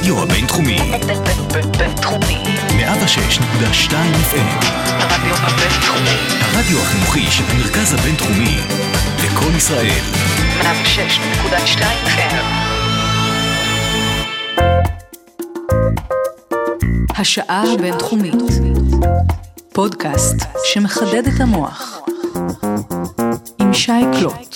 הרדיו הבינתחומי. בינתחומי. 106.2 FM. הרדיו הבינתחומי. הרדיו החינוכי של המרכז הבינתחומי. לקום ישראל. 106.2 FM. השעה הבינתחומית. פודקאסט שמחדד את המוח. עם שי קלוט.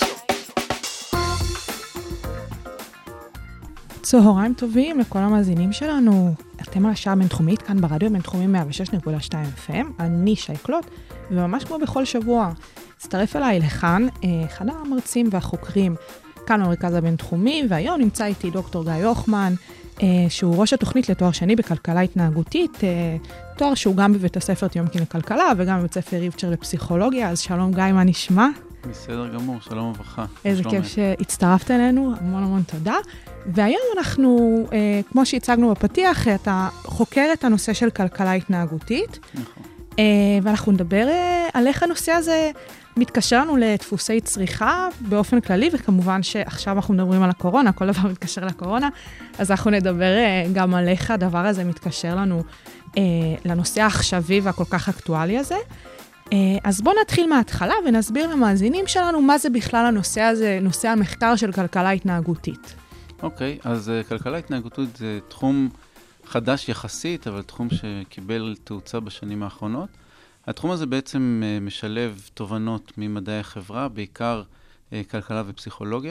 צהריים טובים לכל המאזינים שלנו. אתם על השעה הבינתחומית כאן ברדיו הבינתחומי 106.2 FM. אני שי קלוט, וממש כמו בכל שבוע, הצטרף אליי לכאן אחד המרצים והחוקרים כאן במרכז הבינתחומי, והיום נמצא איתי דוקטור גיא הוחמן, שהוא ראש התוכנית לתואר שני בכלכלה התנהגותית, תואר שהוא גם בבית הספר טיומקין לכלכלה, וגם בבית ספר ריבצ'ר לפסיכולוגיה. אז שלום גיא, מה נשמע? בסדר גמור, שלום וברכה. איזה כיף שהצטרפת אלינו, המון המון תודה. והיום אנחנו, כמו שהצגנו בפתיח, אתה חוקר את הנושא של כלכלה התנהגותית. נכון. ואנחנו נדבר על איך הנושא הזה מתקשר לנו לדפוסי צריכה באופן כללי, וכמובן שעכשיו אנחנו מדברים על הקורונה, כל דבר מתקשר לקורונה, אז אנחנו נדבר גם על איך הדבר הזה מתקשר לנו לנושא העכשווי והכל כך אקטואלי הזה. אז בואו נתחיל מההתחלה ונסביר למאזינים שלנו מה זה בכלל הנושא הזה, נושא המחקר של כלכלה התנהגותית. אוקיי, אז כלכלה התנהגותית זה תחום חדש יחסית, אבל תחום שקיבל תאוצה בשנים האחרונות. התחום הזה בעצם משלב תובנות ממדעי החברה, בעיקר כלכלה ופסיכולוגיה,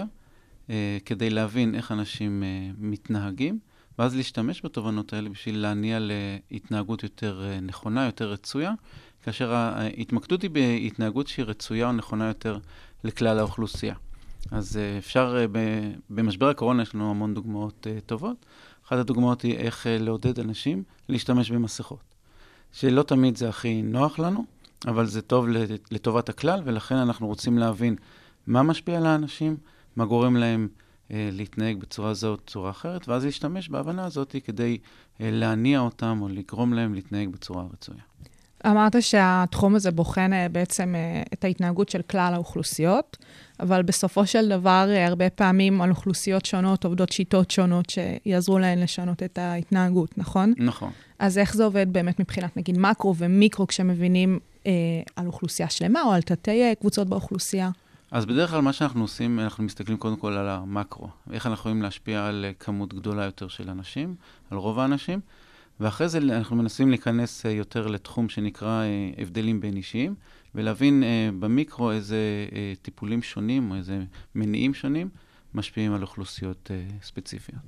כדי להבין איך אנשים מתנהגים, ואז להשתמש בתובנות האלה בשביל להניע להתנהגות יותר נכונה, יותר רצויה, כאשר ההתמקדות היא בהתנהגות שהיא רצויה או נכונה יותר לכלל האוכלוסייה. אז אפשר, במשבר הקורונה יש לנו המון דוגמאות טובות. אחת הדוגמאות היא איך לעודד אנשים להשתמש במסכות. שלא תמיד זה הכי נוח לנו, אבל זה טוב לטובת הכלל, ולכן אנחנו רוצים להבין מה משפיע על האנשים, מה גורם להם להתנהג בצורה זו או צורה אחרת, ואז להשתמש בהבנה הזאת כדי להניע אותם או לגרום להם להתנהג בצורה רצויה. אמרת שהתחום הזה בוחן בעצם את ההתנהגות של כלל האוכלוסיות, אבל בסופו של דבר הרבה פעמים על אוכלוסיות שונות עובדות שיטות שונות שיעזרו להן לשנות את ההתנהגות, נכון? נכון. אז איך זה עובד באמת מבחינת נגיד מקרו ומיקרו כשמבינים על אוכלוסייה שלמה או על תתי קבוצות באוכלוסייה? אז בדרך כלל מה שאנחנו עושים, אנחנו מסתכלים קודם כל על המקרו, איך אנחנו יכולים להשפיע על כמות גדולה יותר של אנשים, על רוב האנשים, ואחרי זה אנחנו מנסים להיכנס יותר לתחום שנקרא הבדלים בין אישיים, ולהבין במיקרו איזה טיפולים שונים או איזה מניעים שונים משפיעים על אוכלוסיות ספציפיות.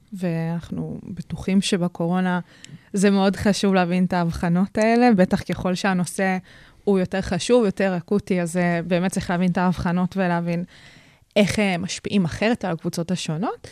ואנחנו בטוחים שבקורונה זה מאוד חשוב להבין את ההבחנות האלה, בטח ככל שהנושא הוא יותר חשוב, יותר אקוטי, אז באמת צריך להבין את ההבחנות ולהבין איך משפיעים אחרת על הקבוצות השונות.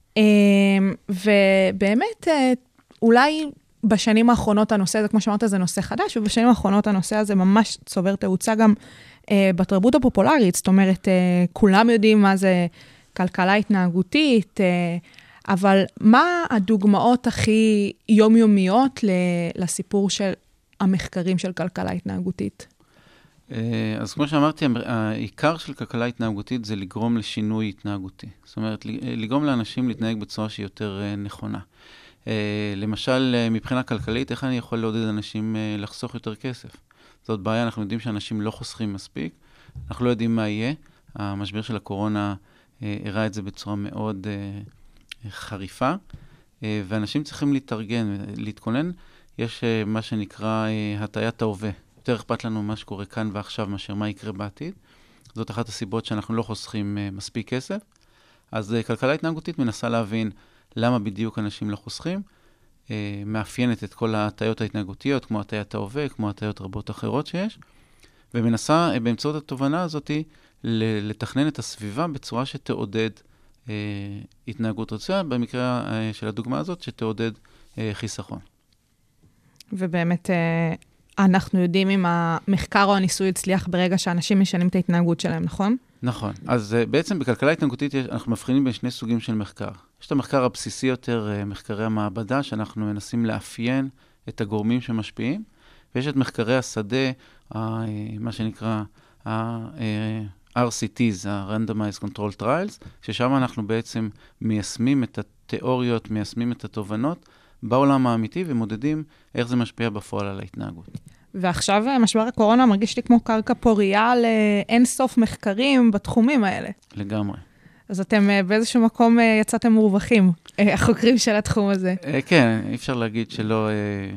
ובאמת, אולי בשנים האחרונות הנושא הזה, כמו שאמרת, זה נושא חדש, ובשנים האחרונות הנושא הזה ממש צובר תאוצה גם בתרבות הפופולרית, זאת אומרת, כולם יודעים מה זה כלכלה התנהגותית, אבל מה הדוגמאות הכי יומיומיות לסיפור של המחקרים של כלכלה התנהגותית? אז כמו שאמרתי, העיקר של כלכלה התנהגותית זה לגרום לשינוי התנהגותי. זאת אומרת, לגרום לאנשים להתנהג בצורה שהיא יותר נכונה. למשל, מבחינה כלכלית, איך אני יכול לעודד אנשים לחסוך יותר כסף? זאת בעיה, אנחנו יודעים שאנשים לא חוסכים מספיק, אנחנו לא יודעים מה יהיה. המשבר של הקורונה הראה את זה בצורה מאוד חריפה, ואנשים צריכים להתארגן, להתכונן. יש מה שנקרא הטיית ההווה. יותר אכפת לנו מה שקורה כאן ועכשיו מאשר מה יקרה בעתיד. זאת אחת הסיבות שאנחנו לא חוסכים מספיק כסף. אז כלכלה התנהגותית מנסה להבין למה בדיוק אנשים לא חוסכים, מאפיינת את כל ההטיות ההתנהגותיות, כמו הטיית ההווה, כמו הטיות רבות אחרות שיש, ומנסה באמצעות התובנה הזאת לתכנן את הסביבה בצורה שתעודד התנהגות רצויה, במקרה של הדוגמה הזאת, שתעודד חיסכון. ובאמת אנחנו יודעים אם המחקר או הניסוי הצליח ברגע שאנשים משנים את ההתנהגות שלהם, נכון? נכון. אז בעצם בכלכלה התנהגותית אנחנו מבחינים בין שני סוגים של מחקר. יש את המחקר הבסיסי יותר, מחקרי המעבדה, שאנחנו מנסים לאפיין את הגורמים שמשפיעים, ויש את מחקרי השדה, מה שנקרא RCTs, ה-Randomized Control Trials, ששם אנחנו בעצם מיישמים את תיאוריות, מיישמים את התובנות בעולם האמיתי, ומודדים איך זה משפיע בפועל על ההתנהגות. ועכשיו משבר הקורונה מרגיש לי כמו קרקע פוריה לאין סוף מחקרים בתחומים האלה. לגמרי. אז אתם באיזשהו מקום יצאתם מורווחים, החוקרים של התחום הזה. כן, אי אפשר להגיד שלא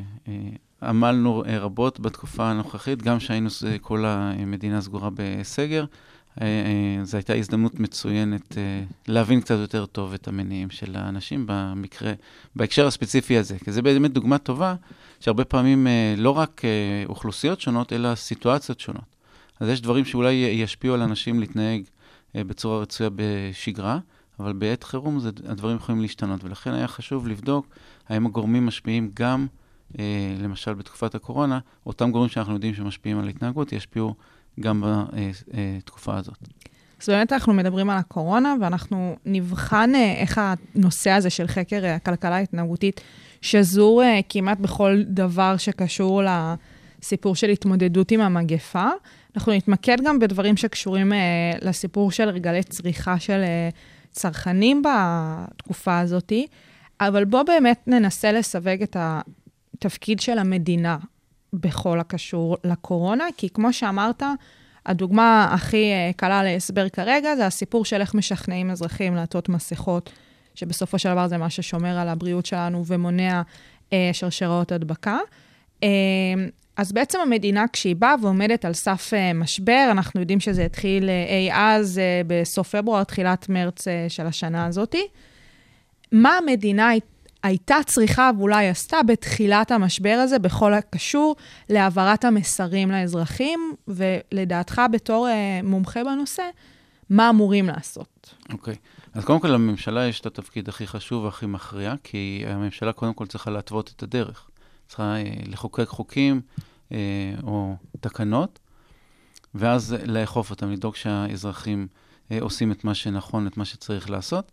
עמלנו רבות בתקופה הנוכחית, גם שהיינו כל המדינה סגורה בסגר, זו הייתה הזדמנות מצוינת להבין קצת יותר טוב את המניעים של האנשים בהקשר הספציפי הזה, כי זה באמת דוגמה טובה, שהרבה פעמים לא רק אוכלוסיות שונות, אלא סיטואציות שונות. אז יש דברים שאולי ישפיעו על אנשים להתנהג בצורה רצויה בשגרה, אבל בעת חירום הדברים יכולים להשתנות, ולכן היה חשוב לבדוק האם הגורמים משפיעים גם, למשל בתקופת הקורונה, אותם גורמים שאנחנו יודעים שמשפיעים על התנהגות, ישפיעו גם בתקופה הזאת. אז באמת אנחנו מדברים על הקורונה, ואנחנו נבחן איך הנושא הזה של חקר הכלכלה ההתנהגותית שזור כמעט בכל דבר שקשור לסיפור של התמודדות עם המגפה. אנחנו נתמקד גם בדברים שקשורים לסיפור של רגלי צריכה של צרכנים בתקופה הזאת, אבל בוא באמת ננסה לסווג את התפקיד של המדינה בכל הקשור לקורונה, כי כמו שאמרת, הדוגמה הכי קלה להסבר כרגע, זה הסיפור של איך משכנעים אזרחים לעטות מסכות, שבסופו של דבר זה מה ששומר על הבריאות שלנו ומונע שרשראות הדבקה. אז בעצם המדינה, כשהיא באה ועומדת על סף משבר, אנחנו יודעים שזה התחיל אז בסוף פברואר, תחילת מרץ של השנה הזאת. מה המדינה הייתה צריכה ואולי עשתה בתחילת המשבר הזה, בכל הקשור להעברת המסרים לאזרחים, ולדעתך בתור מומחה בנושא, מה אמורים לעשות? אוקיי. אז קודם כל לממשלה יש את התפקיד הכי חשוב והכי מכריע, כי הממשלה קודם כל צריכה להתוות את הדרך. צריכה לחוקק חוקים או תקנות, ואז לאכוף אותם, לדאוג שהאזרחים עושים את מה שנכון, את מה שצריך לעשות.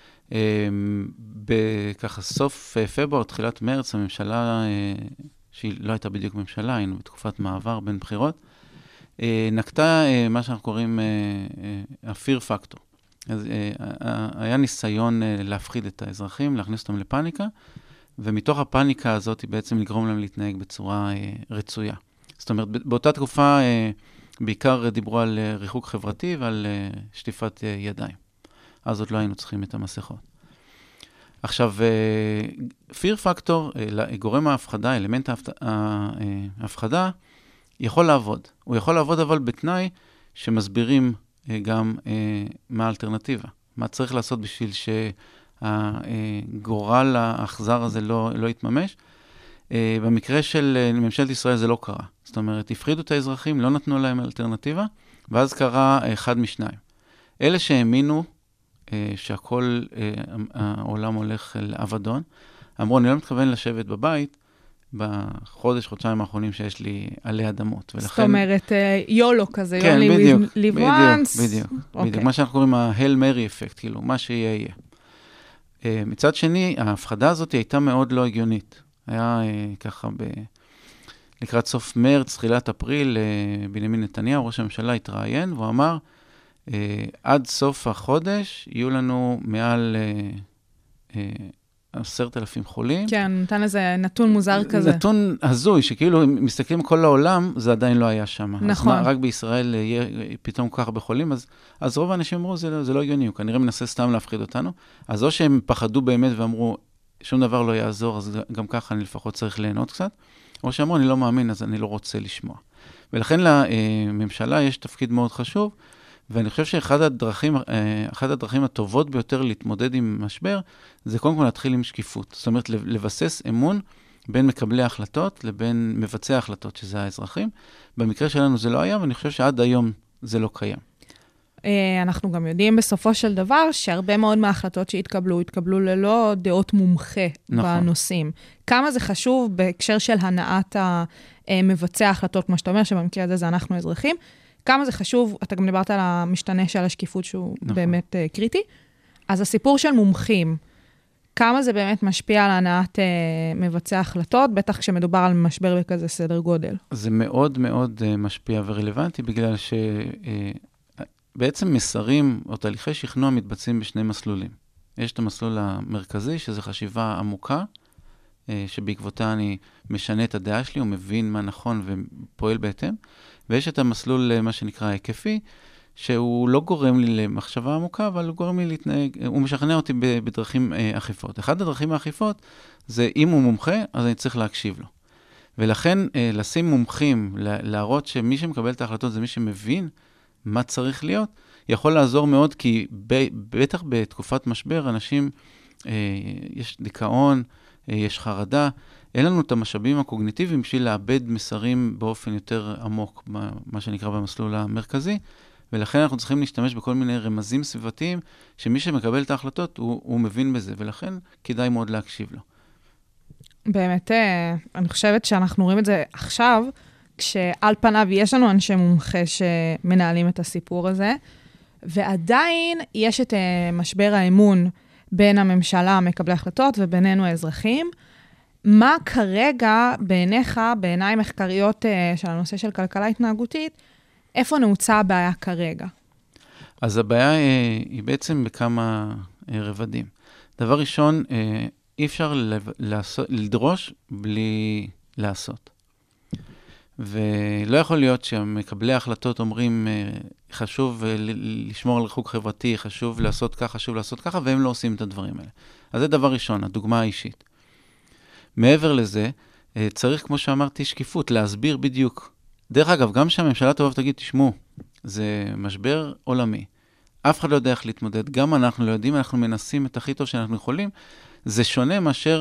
בככה סוף פברואר, תחילת מרץ, הממשלה, שהיא לא הייתה בדיוק ממשלה, היינו בתקופת מעבר בין בחירות, נקטה מה שאנחנו קוראים ה-fear factor. אז היה ניסיון להפחיד את האזרחים, להכניס אותם לפאניקה, ומתוך הפאניקה הזאת בעצם לגרום להם להתנהג בצורה רצויה. זאת אומרת, באותה תקופה בעיקר דיברו על ריחוק חברתי ועל שטיפת ידיים. אז עוד לא היינו צריכים את המסכות. עכשיו, fear factor, גורם ההפחדה, אלמנט ההפחדה, יכול לעבוד. הוא יכול לעבוד אבל בתנאי שמסבירים גם מה האלטרנטיבה. מה צריך לעשות בשביל שהגורל האכזר הזה לא יתממש. במקרה של ממשלת ישראל זה לא קרה. זאת אומרת, הפחידו את האזרחים, לא נתנו להם אלטרנטיבה, ואז קרה אחד משניים. אלה שהאמינו שהכל, העולם הולך לאבדון, אמרו, אני לא מתכוון לשבת בבית בחודש, חודשיים האחרונים שיש לי עלי אדמות. זאת אומרת, יולו כזה, כן, live once. בדיוק. מה שאנחנו קוראים ה-Hail Mary effect, כאילו, מה שיהיה יהיה. מצד שני, ההפחדה הזאת הייתה מאוד לא הגיונית. היה ככה לקראת סוף מרץ, תחילת אפריל, בנימין נתניהו, ראש הממשלה, התראיין, והוא אמר, עד סוף החודש יהיו לנו מעל 10,000 חולים. כן, נתן איזה נתון מוזר כזה. נתון הזוי, שכאילו מסתכלים כל העולם, זה עדיין לא היה שם. נכון. אז רק בישראל יהיה פתאום כל כך הרבה חולים, אז רוב האנשים אמרו, זה לא הגיוני, הוא כנראה מנסה סתם להפחיד אותנו. אז או שהם פחדו באמת ואמרו, שום דבר לא יעזור, אז גם ככה אני לפחות צריך ליהנות קצת, או שאמרו, אני לא מאמין, אז אני לא רוצה לשמוע. ולכן לממשלה יש תפקיד מאוד חשוב, ואני חושב שאחד הדרכים הטובות ביותר להתמודד עם משבר, זה קודם כל להתחיל עם שקיפות. זאת אומרת, לבסס אמון בין מקבלי ההחלטות לבין מבצעי ההחלטות, שזה האזרחים. במקרה שלנו זה לא היה, ואני חושב שעד היום זה לא קיים. אנחנו גם יודעים בסופו של דבר שהרבה מאוד מההחלטות התקבלו ללא דעות מומחה בנושאים. כמה זה חשוב בהקשר של הנעת מבצע ההחלטות, כמו שאתה אומר, שבמקרה הזה זה אנחנו אזרחים, כמה זה חשוב, אתה גם דיברת על המשתנה של השקיפות שהוא באמת קריטי, אז הסיפור של מומחים, כמה זה באמת משפיע על הנעת מבצע החלטות, בטח כשמדובר על משבר בכזה סדר גודל. זה מאוד מאוד משפיע ורלוונטי, בגלל שבעצם מסרים או תהליכי שכנוע מתבצעים בשני מסלולים. יש את המסלול המרכזי, שזה חשיבה עמוקה, שבעקבותה אני משנה את הדעה שלי, הוא מבין מה נכון ופועל בהתאם, ויש את המסלול, מה שנקרא היקפי, שהוא לא גורם לי למחשבה עמוקה, אבל הוא גורם לי להתנהג, הוא משכנע אותי בדרכים אכיפות. אחד הדרכים האכיפות זה אם הוא מומחה, אז אני צריך להקשיב לו. ולכן לשים מומחים, להראות שמי שמקבל את ההחלטות זה מי שמבין מה צריך להיות, יכול לעזור מאוד, כי בטח בתקופת משבר, אנשים, יש דיכאון, יש חרדה, אין לנו את המשאבים הקוגניטיביים בשביל לאבד מסרים באופן יותר עמוק, מה שנקרא במסלול המרכזי, ולכן אנחנו צריכים להשתמש בכל מיני רמזים סביבתיים, שמי שמקבל את ההחלטות, הוא מבין בזה, ולכן כדאי מאוד להקשיב לו. באמת, אני חושבת שאנחנו רואים את זה עכשיו, כשעל פניו יש לנו אנשי מומחה שמנהלים את הסיפור הזה, ועדיין יש את משבר האמון בין הממשלה, מקבלי החלטות, ובינינו האזרחים. מה כרגע בעיניך, בעיניים מחקריות של הנושא של כלכלה התנהגותית, איפה נעוצה הבעיה כרגע? אז הבעיה היא בעצם בכמה רבדים. דבר ראשון, אי אפשר לדרוש בלי לעשות. ולא יכול להיות שמקבלי ההחלטות אומרים, חשוב לשמור על ריחוק חברתי, חשוב לעשות כך, חשוב לעשות ככה, והם לא עושים את הדברים האלה. אז זה דבר ראשון, הדוגמה האישית. מעבר לזה, צריך, כמו שאמרתי, שקיפות, להסביר בדיוק. דרך אגב, גם שהממשלה תבוא ותגיד, תשמעו, זה משבר עולמי. אף אחד לא יודע איך להתמודד, גם אנחנו לא יודעים, אנחנו מנסים את הכי טוב שאנחנו יכולים. זה שונה מאשר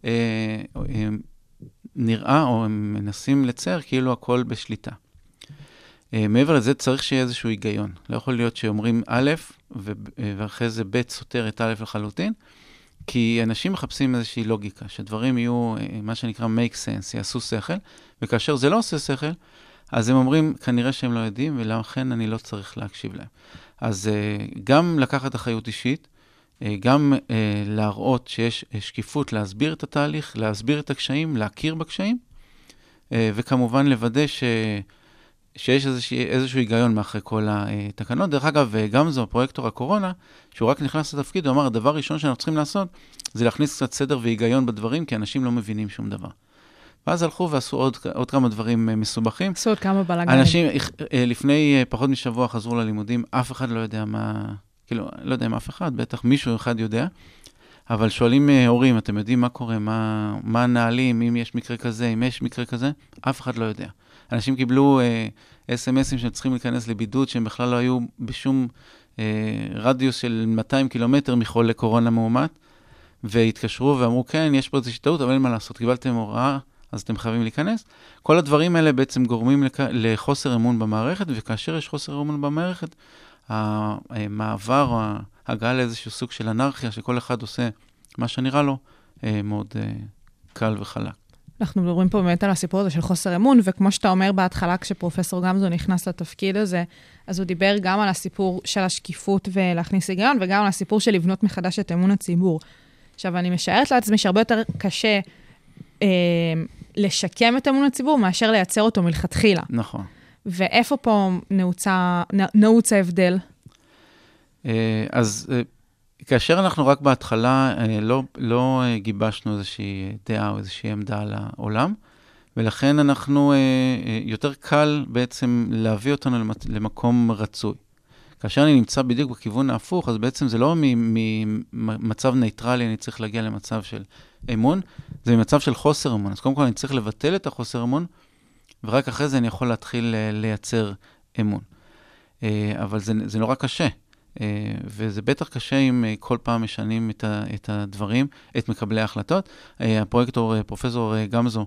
נראה או מנסים לצייר כאילו הכל בשליטה. מעבר לזה צריך שיהיה איזשהו היגיון. לא יכול להיות שאומרים א' ואחרי זה ב' סותר את א' לחלוטין, כי אנשים מחפשים איזושהי לוגיקה, שדברים יהיו מה שנקרא make sense, יעשו שכל, וכאשר זה לא עושה שכל, אז הם אומרים כנראה שהם לא יודעים, ולכן אני לא צריך להקשיב להם. אז גם לקחת אחריות אישית, גם להראות שיש שקיפות, להסביר את התהליך, להסביר את הקשיים, להכיר בקשיים, וכמובן לוודא שיש איזשהו היגיון מאחרי כל התקנות. דרך אגב, גם זו, פרויקטור הקורונה, שהוא רק נכנס לתפקיד, הוא אמר, הדבר ראשון שאנחנו צריכים לעשות, זה להכניס קצת סדר והיגיון בדברים, כי אנשים לא מבינים שום דבר. ואז הלכו ועשו עוד כמה דברים מסובכים. עשו עוד כמה בלגנים. אנשים לפני פחות משבוע חזרו ללימודים, אף אחד לא יודע מה, כאילו, לא יודע אם אף אחד, בטח מישהו אחד יודע, אבל שואלים הורים, אתם יודעים מה קורה, מה הנהלים, אם יש מקרה כזה, אם יש מקרה כזה, אף אחד לא יודע. אנשים קיבלו SMSים שהם צריכים להיכנס לבידוד, שהם בכלל לא היו בשום רדיוס של 200 קילומטר מחול לקורונה מאומת, והתקשרו ואמרו, כן, יש פה איזושהי טעות, אבל אין מה לעשות, קיבלתם הוראה, אז אתם חייבים להיכנס. כל הדברים האלה בעצם גורמים לחוסר אמון במערכת, וכאשר יש חוסר אמון במערכת, המעבר או ההגעה לאיזשהו סוג של אנרכיה, שכל אחד עושה מה שנראה לו, מאוד קל וחלק. אנחנו מדברים פה באמת על הסיפור הזה של חוסר אמון, וכמו שאתה אומר בהתחלה, כשפרופסור גמזו נכנס לתפקיד הזה, אז הוא דיבר גם על הסיפור של השקיפות ולהכניס היגיון, וגם על הסיפור של לבנות מחדש את אמון הציבור. עכשיו, אני משערת לעצמי שהרבה יותר קשה לשקם את אמון הציבור, מאשר לייצר אותו מלכתחילה. נכון. ואיפה פה נעוץ ההבדל? אז כאשר אנחנו רק בהתחלה לא גיבשנו איזושהי דעה או איזושהי עמדה על העולם, ולכן אנחנו יותר קל בעצם להביא אותנו למקום רצוי. כאשר אני נמצא בדיוק בכיוון ההפוך, אז בעצם זה לא ממצב נייטרלי, אני צריך להגיע למצב של אמון, זה ממצב של חוסר אמון. אז קודם כל אני צריך לבטל את החוסר אמון, ורק אחרי זה אני יכול להתחיל לייצר אמון. אבל זה נורא קשה. וזה בטח קשה אם כל פעם משנים את הדברים, את מקבלי ההחלטות. הפרויקטור, פרופסור גמזו,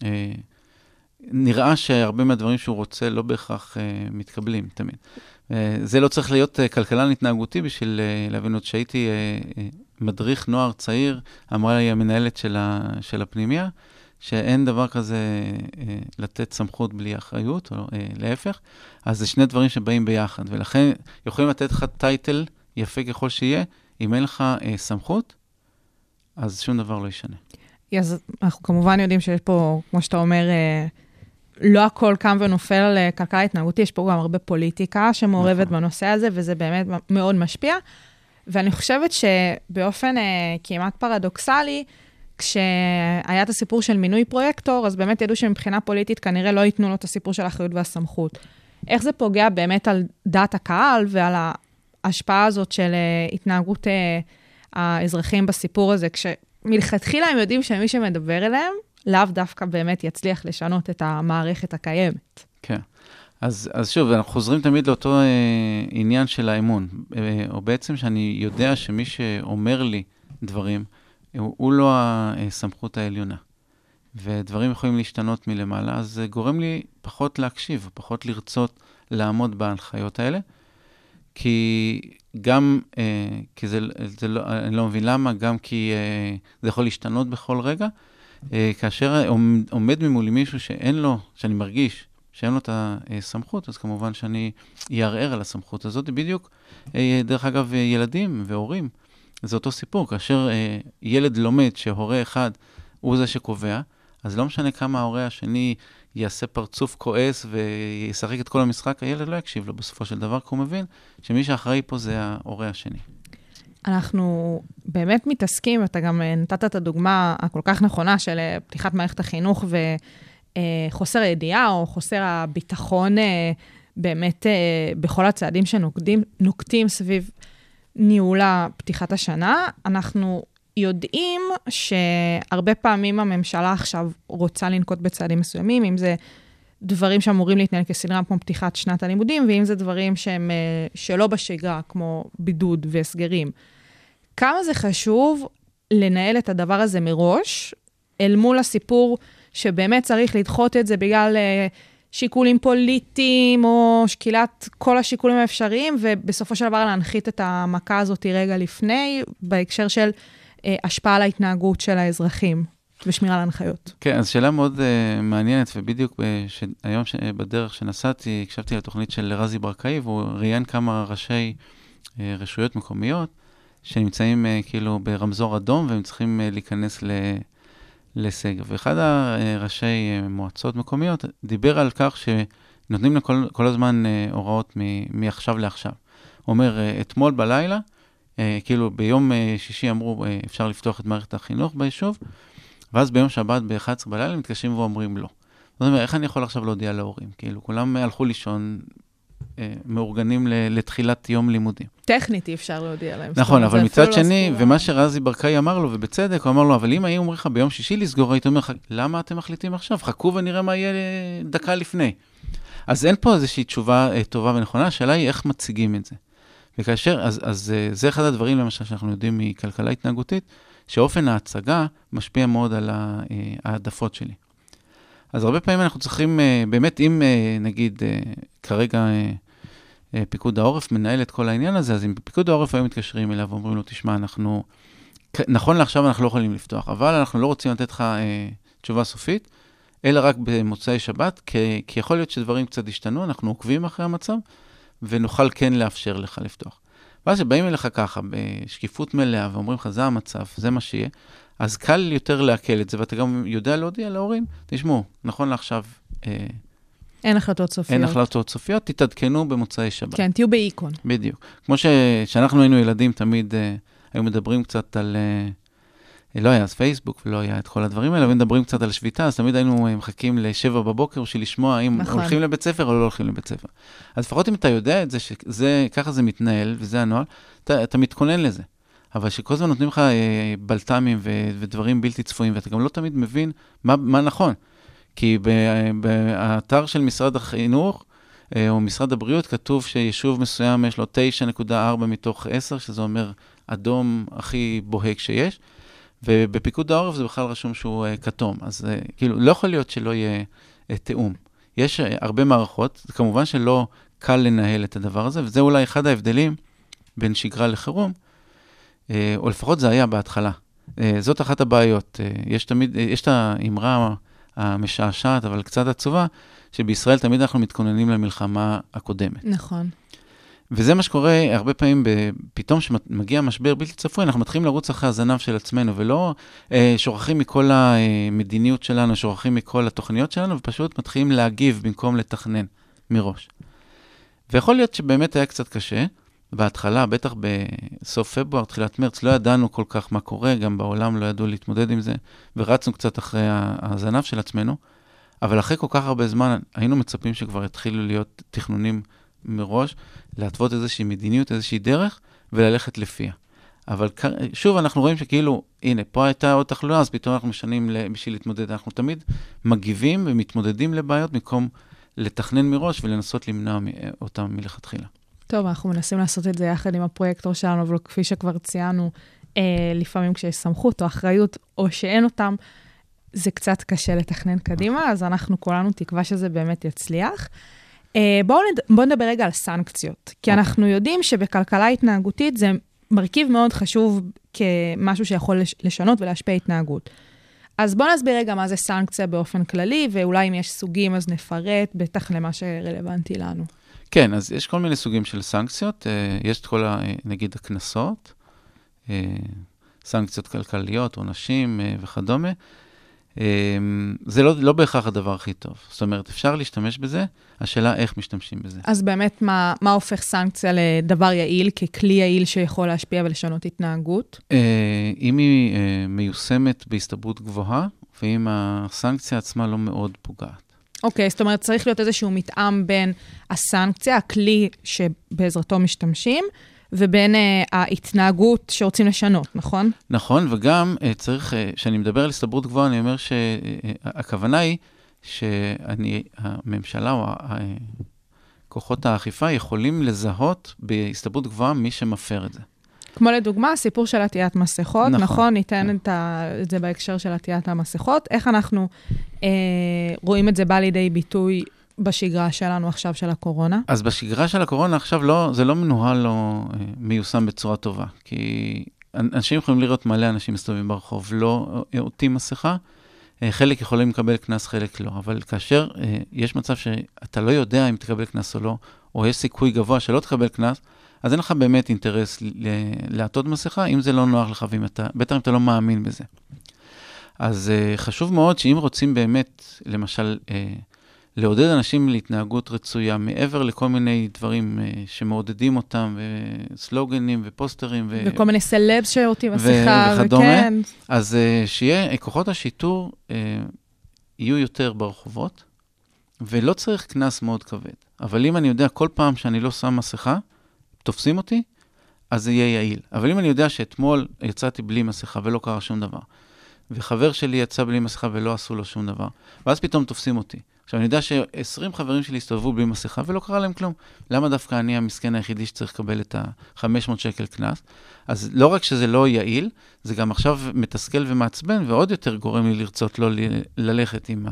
נראה שהרבה מהדברים שהוא רוצה לא בהכרח מתקבלים תמיד. זה לא צריך להיות כלכלן התנהגותי בשביל להבין עוד שהייתי מדריך נוער צעיר, אמרה לי המנהלת של הפנימיה, שאין דבר כזה לתת סמכות בלי אחריות, או להפך, אז זה שני דברים שבאים ביחד, ולכן יכולים לתת לך טייטל יפה ככל שיהיה, אם אין לך סמכות, אז שום דבר לא ישנה. אז אנחנו כמובן יודעים שיש פה, כמו שאתה אומר, לא הכל קם ונופל על כלכלה התנהגותי, יש פה גם הרבה פוליטיקה שמעורבת בנושא הזה, וזה באמת מאוד משפיע. ואני חושבת שבאופן כמעט פרדוקסלי, כשהיה את הסיפור של מינוי פרויקטור, אז באמת ידעו שמבחינה פוליטית כנראה לא ייתנו לו את הסיפור של האחריות והסמכות. איך זה פוגע באמת על דעת הקהל ועל ההשפעה הזאת של התנהגות האזרחים בסיפור הזה, כשמלכתחילה הם יודעים שמי שמדבר אליהם, לאו דווקא באמת יצליח לשנות את המערכת הקיימת. כן. אז שוב, אנחנו חוזרים תמיד לאותו עניין של האמון, או בעצם שאני יודע שמי שאומר לי דברים, הוא לא הסמכות העליונה, ודברים יכולים להשתנות מלמעלה, אז זה גורם לי פחות להקשיב, פחות לרצות לעמוד בהנחיות האלה, כי גם, כי אני לא מבין למה, גם כי זה יכול להשתנות בכל רגע, כאשר עומד ממולי מישהו שאין לו, שאני מרגיש, שאין לו את הסמכות, אז כמובן שאני יערער על הסמכות הזאת. בדיוק, דרך אגב, ילדים והורים, זה אותו סיפור. כאשר ילד לומד שהורה אחד הוא זה שקובע, אז לא משנה כמה ההורה השני יעשה פרצוף כועס וישחק את כל המשחק, הילד לא יקשיב לו בסופו של דבר, כי הוא מבין שמי שאחראי פה זה ההורה השני. אנחנו באמת מתעסקים, אתה גם נתת את הדוגמה הכל כך נכונה של פתיחת מערכת החינוך וחוסר הידיעה או חוסר הביטחון באמת בכל הצעדים שנוקטים סביב ניהולה פתיחת השנה. אנחנו יודעים שהרבה פעמים הממשלה עכשיו רוצה לנקוט בצעדים מסוימים, אם זה דברים שאמורים להתנהל כסדרה כמו פתיחת שנת הלימודים, ואם זה דברים שהם שלא בשגרה, כמו בידוד והסגרים. כמה זה חשוב לנהל את הדבר הזה מראש, אל מול הסיפור שבאמת צריך לדחות את זה בגלל שיקולים פוליטיים, או שקילת כל השיקולים האפשריים, ובסופו של דבר להנחית את המכה הזאת רגע לפני, בהקשר של השפעה על ההתנהגות של האזרחים, ושמירה על ההנחיות. כן, אז שאלה מאוד מעניינת, ובדיוק היום בדרך שנסעתי, הקשבתי לתוכנית של רזי ברקאי, והוא ראיין כמה ראשי רשויות מקומיות, שנמצאים כאילו ברמזור אדום, והם צריכים להיכנס לסגר. ואחד הראשי מועצות מקומיות דיבר על כך שנותנים כל הזמן הוראות מעכשיו לעכשיו. הוא אומר, אתמול בלילה, כאילו ביום שישי אמרו, אפשר לפתוח את מערכת החינוך ביישוב, ואז ביום שבת ב-11 בלילה מתקשרים ואומרים לא. זאת אומרת, איך אני יכול עכשיו להודיע להורים? כאילו, כולם הלכו לישון, מאורגנים לתחילת יום לימודים. טכנית אי אפשר להודיע להם. נכון, אבל מצד שני, ומה שרזי ברקאי אמר לו, ובצדק, הוא אמר לו, אבל אם היו אומרים לך ביום שישי לסגור, היית אומר, למה אתם מחליטים עכשיו? חכו ונראה מה יהיה דקה לפני. אז אין פה איזושהי תשובה טובה ונכונה, השאלה היא איך מציגים את זה. וכאשר, אז זה אחד הדברים, למשל, שאנחנו יודעים מכלכלה התנהגותית, שאופן ההצגה משפיע מאוד על העדפות שלי. אז הרבה פעמים אנחנו צריכים, באמת, אם נגיד, כרגע פיקוד העורף מנהל את כל העניין הזה, אז אם פיקוד העורף היו מתקשרים אליו ואומרים לו, תשמע, נכון לעכשיו אנחנו לא יכולים לפתוח, אבל אנחנו לא רוצים לתת לך תשובה סופית, אלא רק במוצאי שבת, כי יכול להיות שדברים קצת השתנו, אנחנו עוקבים אחרי המצב, ונוכל כן לאפשר לך לפתוח. ואז שבאים אליך ככה, בשקיפות מלאה, ואומרים לך, זה המצב, זה מה שיהיה, אז קל יותר להקל את זה, ואתה גם יודע להודיע להורים, תשמעו, נכון לעכשיו, אין החלטות סופיות. אין החלטות סופיות, תתעדכנו במוצאי שבת. כן, תהיו באיקון. בדיוק. כמו שאנחנו היינו ילדים, תמיד היו מדברים קצת על, לא היה אז פייסבוק, ולא היה את כל הדברים האלה, ומדברים קצת על שביתה, אז תמיד היינו מחכים ל7 בבוקר, בשביל לשמוע אם הולכים לבית ספר או לא הולכים לבית ספר. אז לפחות אם אתה יודע את זה, ככה זה מתנהל, וזה הנוהל, אתה מתכונן לזה. אבל שכל הזמן נותנים לך בלטמים ודברים בלתי צפויים, ואתה גם לא תמיד מבין מה נכון. כי באתר של משרד החינוך, או משרד הבריאות, כתוב שיישוב מסוים יש לו 9.4 מתוך 10, שזה אומר אדום הכי בוהק שיש, ובפיקוד העורף זה בכלל רשום שהוא כתום. אז כאילו, לא יכול להיות שלא יהיה תאום. יש הרבה מערכות, זה כמובן שלא קל לנהל את הדבר הזה, וזה אולי אחד ההבדלים בין שגרה לחירום, או לפחות זה היה בהתחלה. זאת אחת הבעיות. יש את האמרה המשעשעת, אבל קצת עצובה, שבישראל תמיד אנחנו מתכוננים למלחמה הקודמת. נכון. וזה מה שקורה הרבה פעמים, פתאום שמגיע משבר בלתי צפוי, אנחנו מתחילים לרוץ אחרי הזנב של עצמנו, ולא שוכחים מכל המדיניות שלנו, שוכחים מכל התוכניות שלנו, ופשוט מתחילים להגיב במקום לתכנן מראש. ויכול להיות שבאמת היה קצת קשה, בהתחלה, בטח בסוף פברואר, תחילת מרץ, לא ידענו כל כך מה קורה, גם בעולם לא ידעו להתמודד עם זה, ורצנו קצת אחרי הזנב של עצמנו, אבל אחרי כל כך הרבה זמן, היינו מצפים שכבר התחילו להיות תכנונים מראש, להתוות איזושהי מדיניות, איזושהי דרך, וללכת לפיה. אבל שוב, אנחנו רואים שכאילו, הנה, פה הייתה עוד תחלואה, אז פתאום אנחנו משנים בשביל להתמודד. אנחנו תמיד מגיבים ומתמודדים לבעיות, במקום לתכנן מראש ולנסות למנוע אותם מלכתחילה. טוב, אנחנו מנסים לעשות את זה יחד עם הפרויקטור שלנו, אבל כפי שכבר ציינו, לפעמים כשיש סמכות או אחריות, או שאין אותם, זה קצת קשה לתכנן קדימה, אז אנחנו כולנו תקווה שזה באמת יצליח. בואו נדבר רגע על סנקציות, כי אנחנו יודעים שבכלכלה התנהגותית זה מרכיב מאוד חשוב כמשהו שיכול לשנות ולהשפיע התנהגות. אז בואו נסביר רגע מה זה סנקציה באופן כללי, ואולי אם יש סוגים אז נפרט, בטח למה שרלוונטי לנו. כן, אז יש כל מיני סוגים של סנקציות, יש את כל, נגיד, הכנסות, סנקציות כלכליות, עונשים וכדומה. זה לא בהכרח הדבר הכי טוב. זאת אומרת, אפשר להשתמש בזה, השאלה איך משתמשים בזה. אז באמת, מה הופך סנקציה לדבר יעיל, ככלי יעיל שיכול להשפיע ולשנות התנהגות? אם היא מיושמת בהסתברות גבוהה, ואם הסנקציה עצמה לא מאוד פוגעת. אוקיי, זאת אומרת, צריך להיות איזשהו מתאם בין הסנקציה, הכלי שבעזרתו משתמשים, ובין ההתנהגות שרוצים לשנות, נכון? נכון, וגם צריך, כשאני מדבר על הסתברות גבוהה, אני אומר שהכוונה היא שהממשלה או כוחות האכיפה יכולים לזהות בהסתברות גבוהה מי שמפר את זה. כמו לדוגמה, הסיפור של עטיית מסכות, נכון? ניתן את זה בהקשר של עטיית המסכות. איך אנחנו רואים את זה בא לידי ביטוי בשגרה שלנו עכשיו של הקורונה? אז בשגרה של הקורונה עכשיו זה לא מנוהל או מיושם בצורה טובה, כי אנשים יכולים לראות מלא אנשים מסתובבים ברחוב, לא עוטים מסכה, חלק יכולים לקבל קנס, חלק לא, אבל כאשר יש מצב שאתה לא יודע אם תקבל קנס או לא, או יש סיכוי גבוה שלא תקבל קנס, אז אין לך באמת אינטרס לעטות מסכה, אם זה לא נוח לך, בטח אם אתה לא מאמין בזה. אז חשוב מאוד שאם רוצים באמת, למשל, לעודד אנשים להתנהגות רצויה, מעבר לכל מיני דברים שמעודדים אותם, וסלוגנים ופוסטרים. וכל מיני סלבס שעוטים מסכה, וכדומה. אז שיהיה, כוחות השיטור יהיו יותר ברחובות, ולא צריך קנס מאוד כבד. אבל אם אני יודע כל פעם שאני לא שם מסכה, תופסים אותי, אז זה יהיה יעיל. אבל אם אני יודע שאתמול יצאתי בלי מסכה ולא קרה שום דבר, וחבר שלי יצא בלי מסכה ולא עשו לו שום דבר, ואז פתאום תופסים אותי. עכשיו, אני יודע ש20 חברים שלי הסתובבו בלי מסכה ולא קרה להם כלום. למה דווקא אני המסכן היחידי שצריך לקבל את ה-500 שקל קנס? אז לא רק שזה לא יעיל, זה גם עכשיו מתסכל ומעצבן, ועוד יותר גורם לי לרצות לא ללכת עם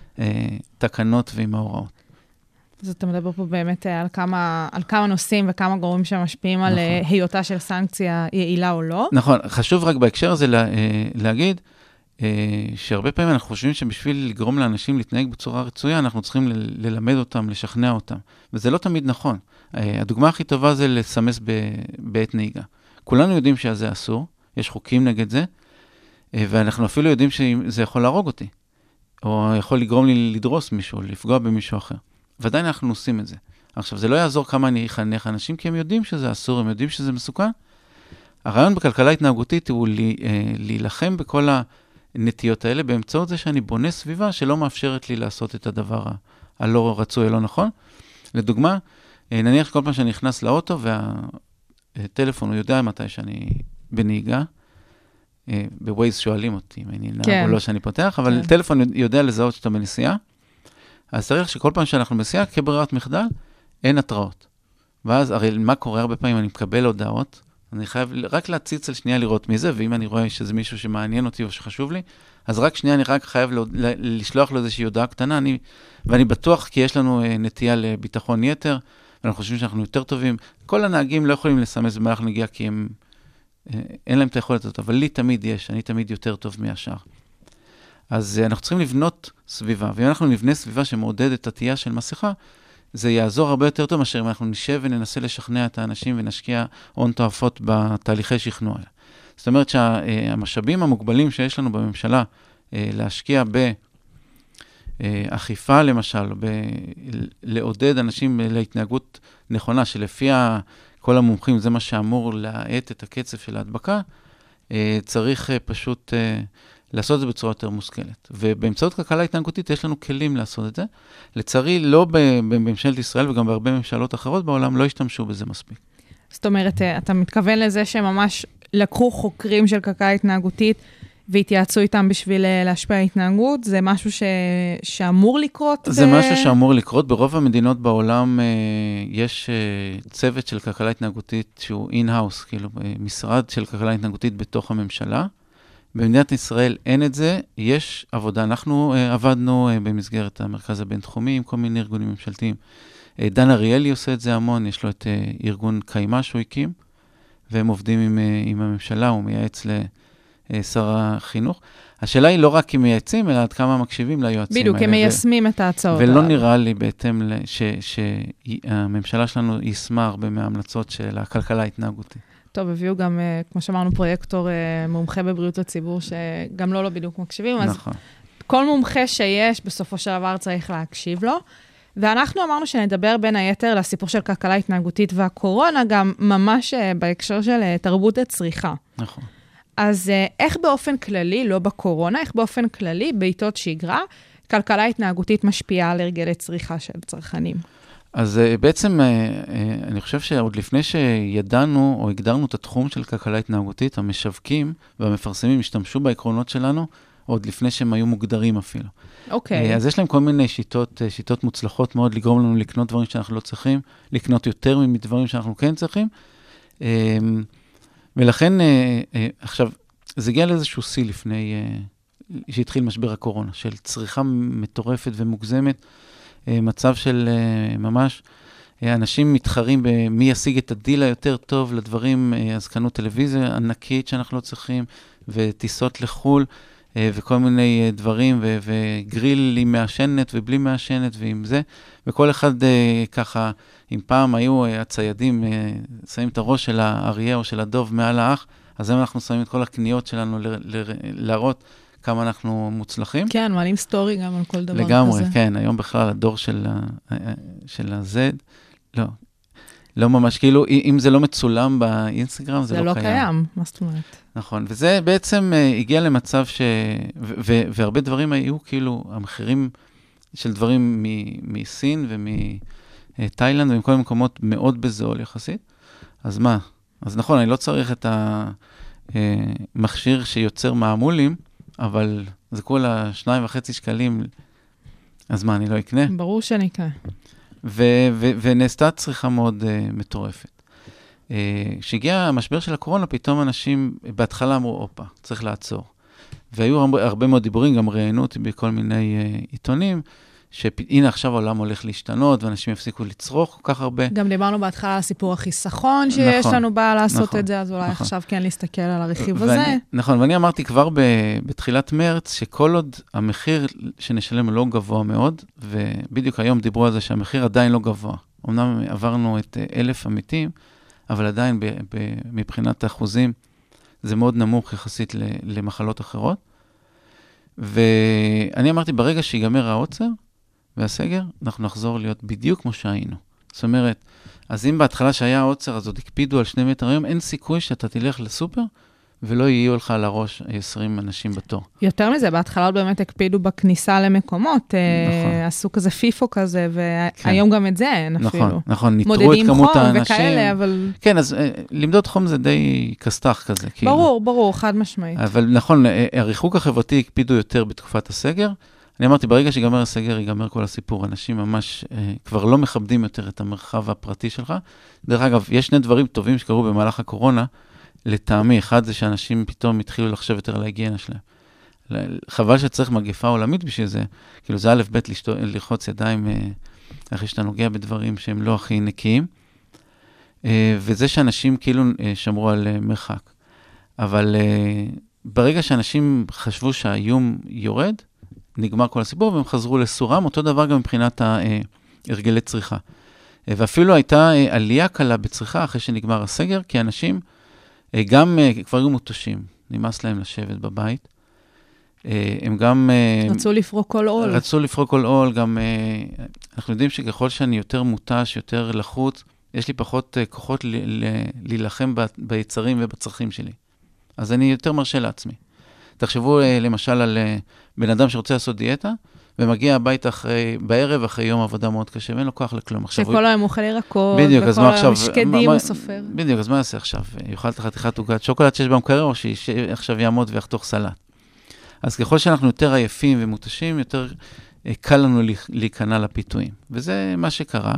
התקנות ועם ההוראות. אז אתה מדבר פה באמת על כמה נושאים וכמה גורמים שמשפיעים על היותה של סנקציה יעילה או לא. נכון, חשוב רק בהקשר הזה להגיד, שהרבה פעמים אנחנו חושבים שבשביל לגרום לאנשים להתנהג בצורה רצויה, אנחנו צריכים ללמד אותם, לשכנע אותם. וזה לא תמיד נכון. הדוגמה הכי טובה זה לסמס בעת נהיגה. כולנו יודעים שזה אסור, יש חוקים נגד זה, ואנחנו אפילו יודעים שזה יכול להרוג אותי, או יכול לגרום לי לדרוס מישהו, לפגוע במישהו אחר. ועדיין אנחנו עושים את זה. עכשיו, זה לא יעזור כמה אני אחנך אנשים, כי הם יודעים שזה אסור, הם יודעים שזה מסוכן. הרעיון בכלכלה התנהגותית הוא להילחם בכל הנטיות האלה, באמצעות זה שאני בונה סביבה שלא מאפשרת לי לעשות את הדבר הלא רצוי, הלא נכון. לדוגמה, נניח כל פעם שאני נכנס לאוטו, והטלפון הוא יודע מתי שאני בנהיגה, בווייז שואלים אותי אם אני נהג או לא שאני פותח, אבל טלפון יודע לזהות שאתה בנסיעה, אז צריך שכל פעם שאנחנו בנסיעה, כברירת מחדל, אין התראות. ואז, הרי מה קורה הרבה פעמים, אני מקבל הודעות, אני חייב רק להציץ על שנייה לראות מי זה, ואם אני רואה שזה מישהו שמעניין אותי או שחשוב לי, אז רק שנייה אני רק חייב לשלוח לו איזושהי הודעה קטנה, ואני בטוח כי יש לנו נטייה לביטחון יתר, ואנחנו חושבים שאנחנו יותר טובים. כל הנהגים לא יכולים לסמס במהלך נגיעה, כי אין להם את היכולת הזאת, אבל לי תמיד יש, אני תמיד יותר טוב מהשאר. אז אנחנו צריכים לבנות סביבה, ואם אנחנו נבנה סביבה שמעודדת את התייה של מסכה, זה יעזור הרבה יותר טוב מאשר אם אנחנו נשב וננסה לשכנע את האנשים ונשקיע הון תועפות בתהליכי שכנוע. זאת אומרת שהמשאבים המוגבלים שיש לנו בממשלה להשקיע באכיפה למשל, לעודד אנשים להתנהגות נכונה, שלפי כל המומחים, זה מה שאמור להאט את הקצב של ההדבקה, צריך פשוט לעשות את זה בצורה יותר מושכלת. ובאמצעות כלכלה התנהגותית יש לנו כלים לעשות את זה. לצערי, לא בממשלת ישראל וגם בהרבה ממשלות אחרות בעולם, לא השתמשו בזה מספיק. זאת אומרת, אתה מתכוון לזה שממש לקחו חוקרים של כלכלה התנהגותית, והתייעצו איתם בשביל להשפיע התנהגות? זה משהו שאמור לקרות? זה משהו שאמור לקרות. ברוב המדינות בעולם יש צוות של כלכלה התנהגותית שהוא אין-האוס, כאילו משרד של כלכלה התנהגותית בתוך הממשלה. במדינת ישראל אין את זה, יש עבודה. אנחנו עבדנו במסגרת המרכז הבינתחומי עם כל מיני ארגונים ממשלתיים. דן אריאלי עושה את זה המון, יש לו את ארגון קיימה שהוא הקים, והם עובדים עם הממשלה, הוא מייעץ שר החינוך. השאלה היא לא רק אם מייעצים, אלא עד כמה מקשיבים ליועצים האלה. בדיוק, הם מיישמים את ההצעות. ולא נראה לי בהתאם שהממשלה שלנו יישמה הרבה מההמלצות של הכלכלה ההתנהגותית. טוב, הביאו גם, כמו שאמרנו, פרויקטור מומחה בבריאות הציבור, שגם לא בדיוק מקשיבים. נכון. אז כל מומחה שיש, בסופו של דבר צריך להקשיב לו. ואנחנו אמרנו שנדבר בין היתר לסיפור של כלכלה התנהגותית והקורונה, גם ממש בהקשר של תרבות הצריכה. נכון. אז איך באופן כללי, לא בקורונה, איך באופן כללי, בעיתות שגרה, כלכלה התנהגותית משפיעה על הרגלי צריכה של צרכנים? אז בעצם אני חושב שעוד לפני שידענו או הגדרנו את התחום של כלכלה התנהגותית, המשווקים והמפרסמים השתמשו בעקרונות שלנו, עוד לפני שהם היו מוגדרים אפילו. אוקיי. אז יש להם כל מיני שיטות מוצלחות מאוד לגרום לנו לקנות דברים שאנחנו לא צריכים, לקנות יותר מדברים שאנחנו כן צריכים. ולכן, עכשיו, זה הגיע לאיזשהו שיא לפני שהתחיל משבר הקורונה, של צריכה מטורפת ומוגזמת, מצב של ממש, אנשים מתחרים במי ישיג את הדיל היותר טוב לדברים, אז קנו טלוויזיה ענקית שאנחנו לא צריכים, וטיסות לחול, וכל מיני דברים, וגרילים מעשנת ובלי מעשנת ועם זה, וכל אחד ככה, אם פעם היו הציידים, שמים את הראש של האריה או של הדוב מעל האח, אז היום אנחנו שמים את כל הקניות שלנו להראות כמה אנחנו מוצלחים. כן, מעלים סטורי גם על כל דבר לגמרי, כזה. כן, היום בכלל הדור של ה-Z, לא ממש, כאילו, אם זה לא מצולם באינסטגרם, זה לא קיים. זה לא קיים, מה זאת אומרת? נכון, וזה בעצם הגיע למצב והרבה דברים היו, כאילו, המחירים של דברים מסין ומתאילנד, ומכל מקומות מאוד בזול יחסית. אז מה? אז נכון, אני לא צריך את המכשיר שיוצר מעמולים, אבל זה כולה 2.5 שקלים, אז מה, אני לא אקנה? ברור שאני אקנה. ונעשתה צריכה מאוד מטורפת. כשהגיע המשבר של הקורונה, פתאום אנשים בהתחלה אמרו, אופה, צריך לעצור. והיו הרבה מאוד דיבורים, גם ראיינו אותי בכל מיני עיתונים, שהנה עכשיו העולם הולך להשתנות, ואנשים יפסיקו לצרוך כל כך הרבה. גם דיברנו בהתחלה על סיפור החיסכון, שיש לנו בעיה לעשות את זה, אז אולי עכשיו כן להסתכל על הרכיב הזה. נכון, ואני אמרתי כבר בתחילת מרץ, שכל עוד המחיר שנשלם לא גבוה מאוד, ובדיוק היום דיברו על זה שהמחיר עדיין לא גבוה. אמנם עברנו את 1,000 המתים, אבל עדיין מבחינת האחוזים, זה מאוד נמוך יחסית למחלות אחרות. ואני אמרתי, ברגע שיגמר העוצר והסגר, אנחנו נחזור להיות בדיוק כמו שהיינו. זאת אומרת, אז אם בהתחלה שהיה העוצר, אז עוד הקפידו על 2 מטר, היום אין סיכוי שאתה תלך לסופר, ולא יהיו לך על הראש 20 אנשים בתור. יותר מזה, בהתחלה באמת הקפידו בכניסה למקומות, עשו כזה פיפו כזה, והיום גם את זה אין אפילו. נכון, ניטרו את כמות האנשים. מודדים חום וכאלה, אבל... כן, אז למדוד חום זה די כסתח כזה. ברור, חד משמעית. אבל נכון, הריחוק החברתי הקפידו יותר בתקופת הסגר. אני אמרתי, ברגע שיגמר הסגר, ייגמר כל הסיפור. אנשים ממש כבר לא מכבדים יותר את המרחב הפרטי שלך. דרך אגב, יש 2 דברים טובים שקרו במהלך הקורונה, לטעמי. אחד זה שאנשים פתאום התחילו לחשב יותר על ההיגיינה שלהם. חבל שצריך מגפה עולמית בשביל זה. כאילו זה א' ב' ללחוץ ידיים, אחרי שאתה נוגע בדברים שהם לא הכי נקיים. וזה שאנשים כאילו שמרו על מרחק. אבל ברגע שאנשים חשבו שהאיום יורד, נגמר כל הסיפור, והם חזרו לסורם, אותו דבר גם מבחינת הרגלי צריכה. ואפילו הייתה עלייה קלה בצריכה אחרי שנגמר הסגר, כי אנשים גם כבר היו מוטושים, נמאס להם לשבת בבית. הם גם... רצו לפרוק כל עול. גם אנחנו יודעים שככל שאני יותר מוטש, יותר לחוץ, יש לי פחות כוחות להילחם ביצרים ובצרכים שלי. אז אני יותר מרשה לעצמי. תחשבו למשל על בן אדם שרוצה לעשות דיאטה, ומגיע הביתה בערב אחרי יום עבודה מאוד קשה, ואין לו כוח לכלום. שכל היום אוכל ירקות, וכל היום שקדים הוא סופר. בדיוק, אז מה יעשה עכשיו? יאכל את חתיכת עוגת שוקולד שיש במקרר, או שעכשיו יעמוד ויחתוך סלט. אז ככל שאנחנו יותר עייפים ומותשים, יותר קל לנו להיכנע לפיתויים. וזה מה שקרה.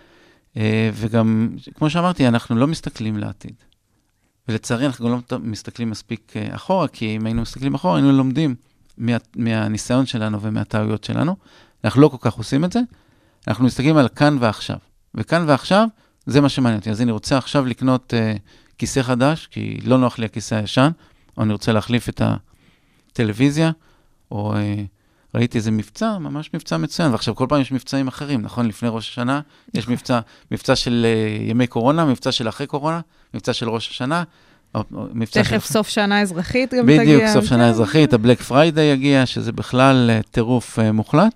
וגם, כמו שאמרתי, אנחנו לא מסתכלים לעתיד. ולצערי אנחנו לא מסתכלים מספיק אחורה, כי אם היינו מסתכלים אחורה, היינו לומדים מהניסיון שלנו ומהטעויות שלנו. אנחנו לא כל כך עושים את זה. אנחנו מסתכלים על כאן ועכשיו. וכאן ועכשיו, זה מה שמעניין אותי. אז אני רוצה עכשיו לקנות כיסא חדש, כי לא נוח לי הכיסא הישן, או אני רוצה להחליף את הטלוויזיה, או ראיתי איזה מבצע, ממש מבצע מצוין, ועכשיו כל פעם יש מבצעים אחרים, נכון? לפני ראש השנה, יש מבצע של ימי קורונה, מבצע של אחרי קורונה, מבצע של ראש השנה, תכף סוף שנה אזרחית גם תגיע. בדיוק, סוף שנה אזרחית, הבלק פריידי יגיע, שזה בכלל טירוף מוחלט,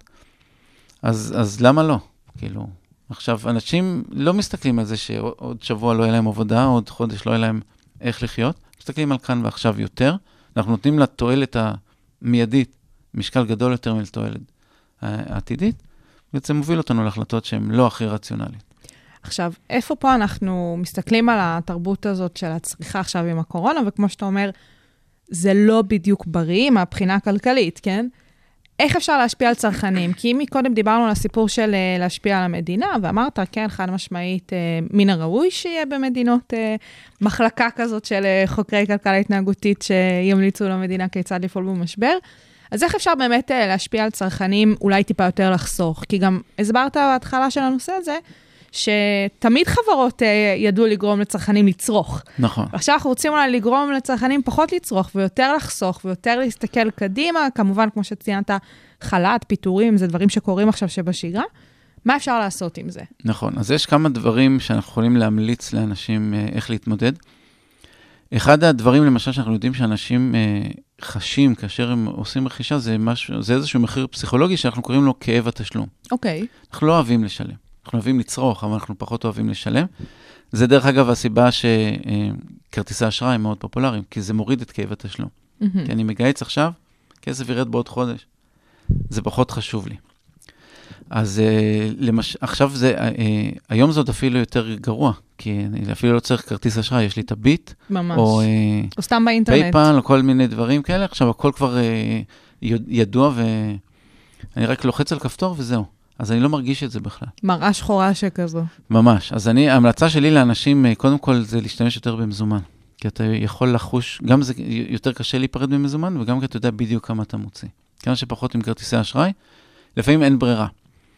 אז למה לא? כאילו, עכשיו, אנשים לא מסתכלים על זה שעוד שבוע לא יהיה להם עבודה, עוד חודש לא יהיה להם איך לחיות, מסתכלים על כאן ועכשיו יותר, אנחנו נותנים לתועלת המיידית, משקל גדול יותר מלתועלת העתידית, וזה מוביל אותנו להחלטות שהן לא הכי רציונליות. עכשיו, איפה פה אנחנו מסתכלים על התרבות הזאת של הצריכה עכשיו עם הקורונה, וכמו שאתה אומר, זה לא בדיוק בריא מהבחינה הכלכלית, כן? איך אפשר להשפיע על צרכנים? כי אם מקודם דיברנו על הסיפור של להשפיע על המדינה, ואמרת, כן, חד משמעית, מן הראוי שיהיה במדינות מחלקה כזאת של חוקרי כלכלה התנהגותית שימליצו למדינה כיצד לפעול במשבר, אז איך אפשר באמת להשפיע על צרכנים, אולי טיפה יותר לחסוך? כי גם הסברת בהתחלה של הנושא הזה, שתמיד חברות ידעו לגרום לצרכנים לצרוך. נכון. עכשיו אנחנו רוצים אולי לגרום לצרכנים פחות לצרוך, ויותר לחסוך, ויותר להסתכל קדימה, כמובן, כמו שציינת, חל"ת, פיטורים, זה דברים שקורים עכשיו שבשגרה. מה אפשר לעשות עם זה? נכון. אז יש כמה דברים שאנחנו יכולים להמליץ לאנשים איך להתמודד. אחד הדברים, למשל, שאנחנו יודעים שאנשים חשים כאשר הם עושים רכישה, זה איזשהו מחיר פסיכולוגי שאנחנו קוראים לו כאב התשלום. אוקיי. אנחנו לא אוהבים לשלם. אנחנו אוהבים לצרוך, אבל אנחנו פחות אוהבים לשלם. זה דרך אגב הסיבה שכרטיסי אשראי הם מאוד פופולריים, כי זה מוריד את כאב התשלום. כי אני מגייס עכשיו, כסף ירד בעוד חודש. זה פחות חשוב לי. אז עכשיו היום זה עוד אפילו יותר גרוע, כי אני אפילו לא צריך כרטיס אשראי, יש לי את הביט, ממש. או סתם באינטרנט. פייפל, או כל מיני דברים כאלה. עכשיו הכל כבר ידוע, ואני רק לוחץ על כפתור וזהו. אז אני לא מרגיש את זה בכלל. מראה שחורה שכזו. ממש. אז ההמלצה שלי לאנשים, קודם כל, זה להשתמש יותר במזומן. כי אתה יכול לחוש, גם זה יותר קשה להיפרד במזומן, וגם כי אתה יודע בדיוק כמה אתה מוציא. כמה שפחות עם כרטיסי אשראי, לפעמים אין ברירה.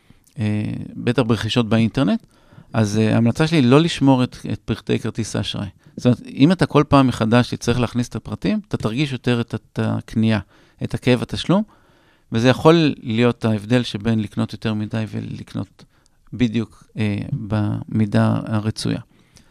בטח ברכישות באינטרנט, אז ההמלצה שלי היא לא לשמור את פרטי כרטיס האשראי. זאת אומרת, אם אתה כל פעם מחדש תצטרך להכניס את הפרטים, אתה תרגיש יותר את הקנייה, את הכאב התשלום, וזה יכול להיות ההבדל שבין לקנות יותר מדי ולקנות בדיוק במידה הרצויה.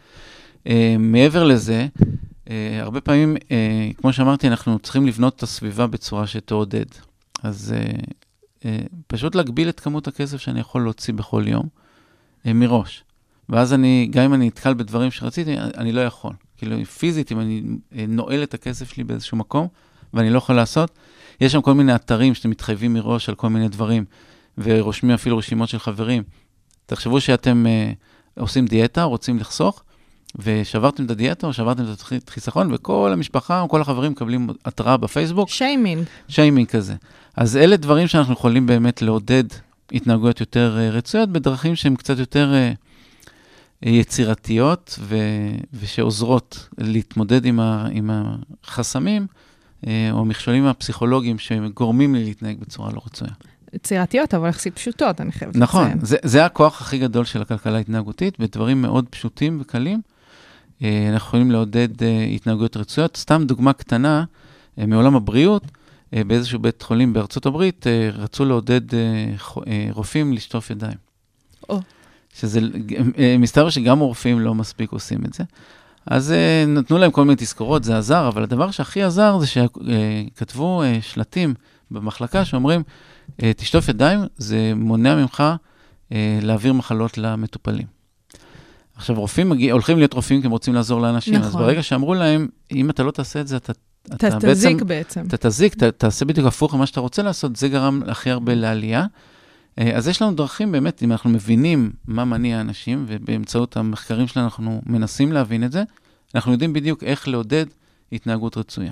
מעבר לזה, הרבה פעמים, כמו שאמרתי, אנחנו צריכים לבנות את הסביבה בצורה שתעודד. אז פשוט להגביל את כמות הכסף שאני יכול להוציא בכל יום מראש. ואז גם אם אני אתקל בדברים שרציתי, אני לא יכול. כאילו פיזית, אם אני נועל את הכסף שלי באיזשהו מקום, ואני לא יכול לעשות, יש שם כל מיני אתרים שאתם מתחייבים מראש על כל מיני דברים, ורושמים אפילו רשימות של חברים. תחשבו שאתם עושים דיאטה, רוצים לחסוך, ושברתם את הדיאטה, או שברתם את החיסכון, וכל המשפחה או כל החברים מקבלים התראה בפייסבוק. שיימינג. שיימינג כזה. אז אלה דברים שאנחנו יכולים באמת לעודד התנהגויות יותר רצויות, בדרכים שהן קצת יותר יצירתיות, ושעוזרות להתמודד עם החסמים, או המכשולים הפסיכולוגיים שגורמים לי להתנהג בצורה לא רצויה. יצירתיות, אבל יחסית פשוטות, אני חייבת לציין. נכון, זה הכוח הכי גדול של הכלכלה ההתנהגותית, בדברים מאוד פשוטים וקלים, אנחנו יכולים לעודד התנהגויות רצויות. סתם דוגמה קטנה, מעולם הבריאות, באיזשהו בית חולים בארצות הברית, רצו לעודד רופאים לשטוף ידיים. שזה, מסתבר שגם רופאים לא מספיק עושים את זה. אז נתנו להם כל מיני תזכורות, זה עזר, אבל הדבר שהכי עזר זה שכתבו שלטים במחלקה שאומרים, תשטוף ידיים, זה מונע ממך להעביר מחלות למטופלים. עכשיו, רופאים הולכים להיות רופאים כי הם רוצים לעזור לאנשים, אז ברגע שאמרו להם, אם אתה לא תעשה את זה, אתה תזיק בעצם. אתה תזיק, תעשה בדיוק הפוך ממה שאתה רוצה לעשות, זה גרם הכי הרבה לעלייה. אז יש לנו דרכים באמת, אם אנחנו מבינים מה מניע האנשים, ובאמצעות המחקרים שלנו אנחנו מנסים להבין את זה, אנחנו יודעים בדיוק איך לעודד התנהגות רצויה.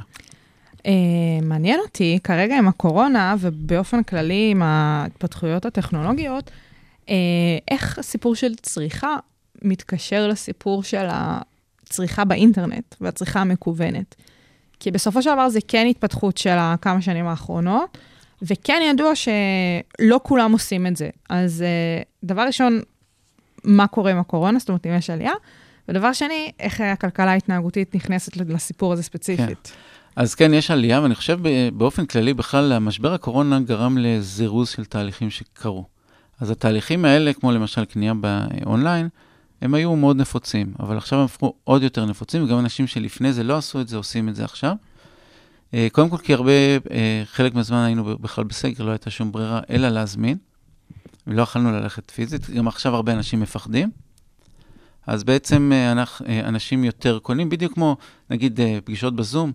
מעניין אותי, כרגע עם הקורונה, ובאופן כללי עם ההתפתחויות הטכנולוגיות, איך הסיפור של צריכה מתקשר לסיפור של הצריכה באינטרנט, והצריכה המקוונת. כי בסופו של דבר זה כן התפתחות של כמה שנים האחרונות, וכן ידוע שלא כולם עושים את זה. אז דבר ראשון, מה קורה עם הקורונה? זאת אומרת, אם יש עלייה, ודבר שני, איך הכלכלה ההתנהגותית נכנסת לסיפור הזה ספציפית. כן. אז כן, יש עלייה, ואני חושב באופן כללי, בכלל, המשבר הקורונה גרם לזירוז של תהליכים שקרו. אז התהליכים האלה, כמו למשל קנייה באונליין, הם היו מאוד נפוצים, אבל עכשיו הם הפכו עוד יותר נפוצים, וגם אנשים שלפני זה לא עשו את זה, עושים את זה עכשיו. קודם כל, כי חלק מהזמן היינו בכלל בסגר, לא הייתה שום ברירה, אלא להזמין, ולא יכולנו ללכת פיזית, גם עכשיו הרבה אנשים מפחדים. אז בעצם אנשים יותר קונים, בדיוק כמו, נגיד, פגישות בזום,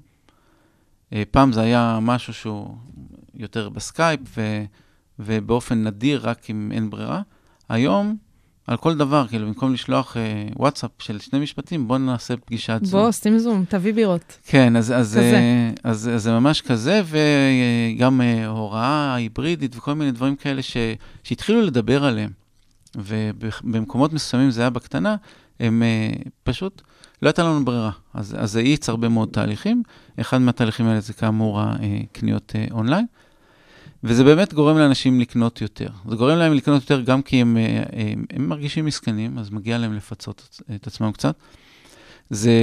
פעם זה היה משהו שהוא יותר בסקייפ, ובאופן נדיר, רק אם אין ברירה. היום, על כל דבר, כאילו, במקום לשלוח וואטסאפ של 2 משפטים, בוא נעשה פגישת זום. בוא, סתים זום, תביא בירות. כן, אז זה ממש כזה, וגם הוראה היברידית וכל מיני דברים כאלה שהתחילו לדבר עליהם, ובמקומות מסוימים זה היה בקטנה, הם פשוט לא הייתה לנו ברירה. אז זה ייץ הרבה מאוד תהליכים. אחד מהתהליכים האלה זה כאמור הקניות אונליין, וזה באמת גורם לאנשים לקנות יותר. זה גורם להם לקנות יותר גם כי הם מרגישים מסכנים, אז מגיע להם לפצות את עצמם קצת. זה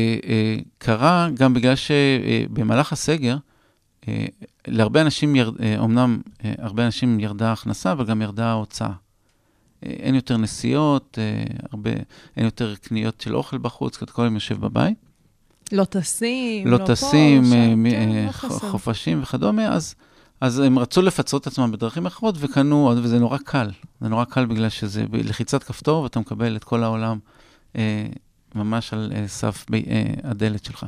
קרה גם בגלל שבמהלך הסגר, להרבה אנשים, אומנם הרבה אנשים ירדה ההכנסה, אבל גם ירדה ההוצאה. אין יותר נסיעות, אין יותר קניות של אוכל בחוץ, כי כל הם יושב בבית. לא טסים, לא טסים, חופשים וכדומה, אז הם רצו לפצות עצמם בדרכים אחרות, וקנו עוד, וזה נורא קל. זה נורא קל בגלל שזה בלחיצת כפתור, ואתה מקבל את כל העולם ממש על סף הדלת שלך.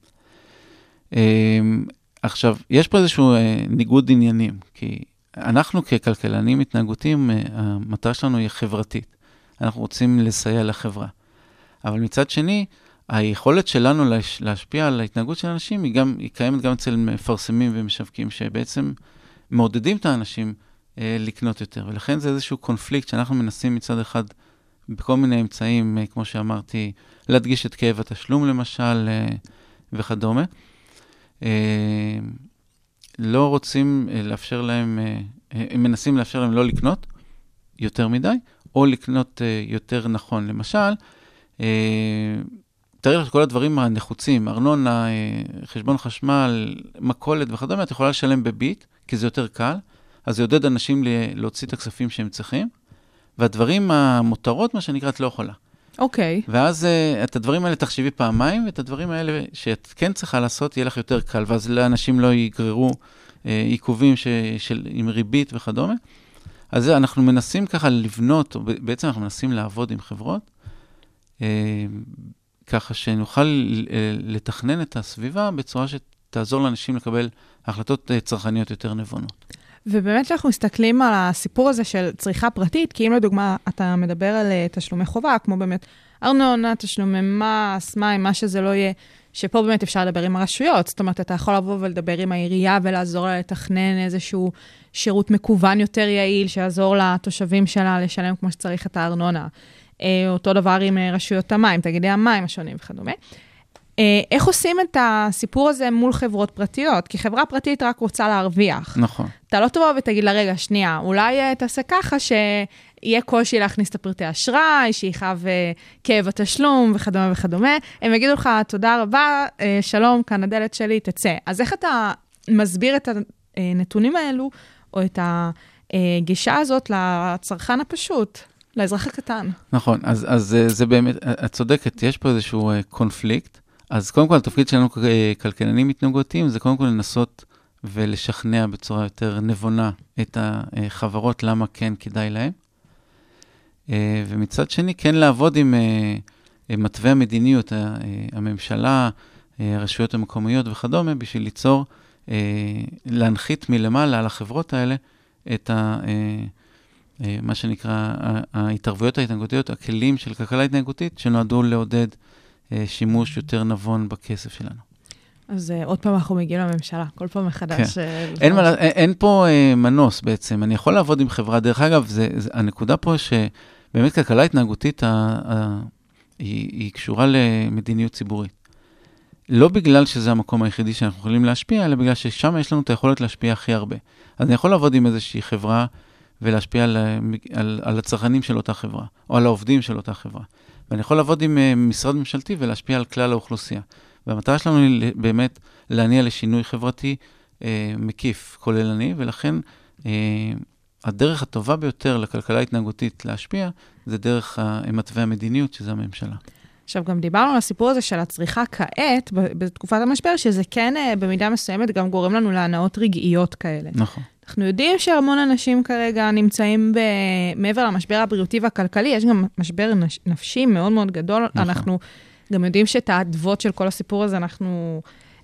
עכשיו, יש פה איזשהו ניגוד עניינים, כי אנחנו ככלכלנים התנהגותיים, המטרה שלנו היא חברתית. אנחנו רוצים לסייע לחברה. אבל מצד שני, היכולת שלנו להשפיע על ההתנהגות של אנשים, היא קיימת גם אצל מפרסמים ומשווקים, שבעצם מעודדים את האנשים לקנות יותר. ולכן זה איזשהו קונפליקט שאנחנו מנסים מצד אחד, בכל מיני אמצעים, כמו שאמרתי, להדגיש את כאב התשלום למשל, וכדומה. לא רוצים לאפשר להם, הם מנסים לאפשר להם לא לקנות יותר מדי, או לקנות יותר נכון. למשל, תאר לך כל הדברים הנחוצים, ארנונה, חשבון חשמל, מכולת וכדומה, את יכולה לשלם בביט, כי זה יותר קל, אז זה יעודד אנשים להוציא את הכספים שהם צריכים, והדברים המותרות, מה שנקרא, את לא יכולה. אוקיי. ואז את הדברים האלה תחשבי פעמיים, ואת הדברים האלה שאת כן צריכה לעשות, יהיה לך יותר קל, ואז לאנשים לא יגררו עיכובים עם ריבית וכדומה. אז אנחנו מנסים ככה לבנות, בעצם אנחנו מנסים לעבוד עם חברות, ככה שנוכל לתכנן את הסביבה בצורה שתעזור לאנשים לקבל החלטות צרכניות יותר נבונות. ובאמת שאנחנו מסתכלים על הסיפור הזה של צריכה פרטית, כי אם לדוגמה אתה מדבר על תשלומי חובה, כמו באמת ארנונה, תשלומי מס, מים, מה שזה לא יהיה, שפה באמת אפשר לדבר עם הרשויות, זאת אומרת, אתה יכול לבוא ולדבר עם העירייה ולעזור לה לתכנן איזשהו שירות מקוון יותר יעיל, שיעזור לתושבים שלה לשלם כמו שצריך את הארנונה. אותו דבר עם רשויות המים, תגידי המים השונים וכדומה. איך עושים את הסיפור הזה מול חברות פרטיות? כי חברה פרטית רק רוצה להרוויח. נכון. אתה לא תבוא ותגיד לה, רגע, שנייה, אולי תעשה ככה שיהיה קושי להכניס את הפרטי אשראי, שיחב כאב התשלום וכדומה וכדומה. הם יגידו לך, תודה רבה, שלום, כאן הדלת שלי, תצא. אז איך אתה מסביר את הנתונים האלו, או את הגישה הזאת לצרכן הפשוט? לאזרח הקטן. נכון, אז זה באמת, את צודקת, יש פה איזשהו קונפליקט, אז קודם כל, התפקיד שלנו ככלכלנים התנהגותיים, זה קודם כל לנסות ולשכנע בצורה יותר נבונה את החברות, למה כן כדאי להם. ומצד שני, כן לעבוד עם מתווה המדיניות, הממשלה, הרשויות המקומיות וכדומה, בשביל ליצור, להנחית מלמעלה על החברות האלה, את מה שנקרא, ההתערבויות ההתנהגותיות, הכלים של כלכלה התנהגותית, שנועדו לעודד שימוש יותר נבון בכסף שלנו. אז עוד פעם אנחנו מגיעים לממשלה, כל פעם מחדש. אין פה מנוס בעצם. אני יכול לעבוד עם חברה, דרך אגב, הנקודה פה שבאמת כלכלה התנהגותית היא קשורה למדיניות ציבורית. לא בגלל שזה המקום היחידי שאנחנו יכולים להשפיע, אלא בגלל ששם יש לנו את היכולת להשפיע הכי הרבה. אז אני יכול לעבוד עם איזושהי חברה ולהשפיע על הצרכנים של אותה חברה, או על העובדים של אותה חברה. ואני יכול לעבוד עם משרד ממשלתי ולהשפיע על כלל האוכלוסייה. והמטרה שלנו היא באמת להניע לשינוי חברתי מקיף, כוללני, ולכן הדרך הטובה ביותר לכלכלה התנהגותית להשפיע, זה דרך מתווה המדיניות, שזה הממשלה. עכשיו, גם דיברנו על הסיפור הזה של הצריכה כעת, בתקופת המשבר, שזה כן במידה מסוימת גם גורם לנו להנאות רגעיות כאלה. נכון. אנחנו יודעים שהמון אנשים כרגע נמצאים מעבר למשבר הבריאותי והכלכלי, יש גם משבר נפשי מאוד מאוד גדול. נכון. אנחנו גם יודעים שאת העדבות של כל הסיפור הזה אנחנו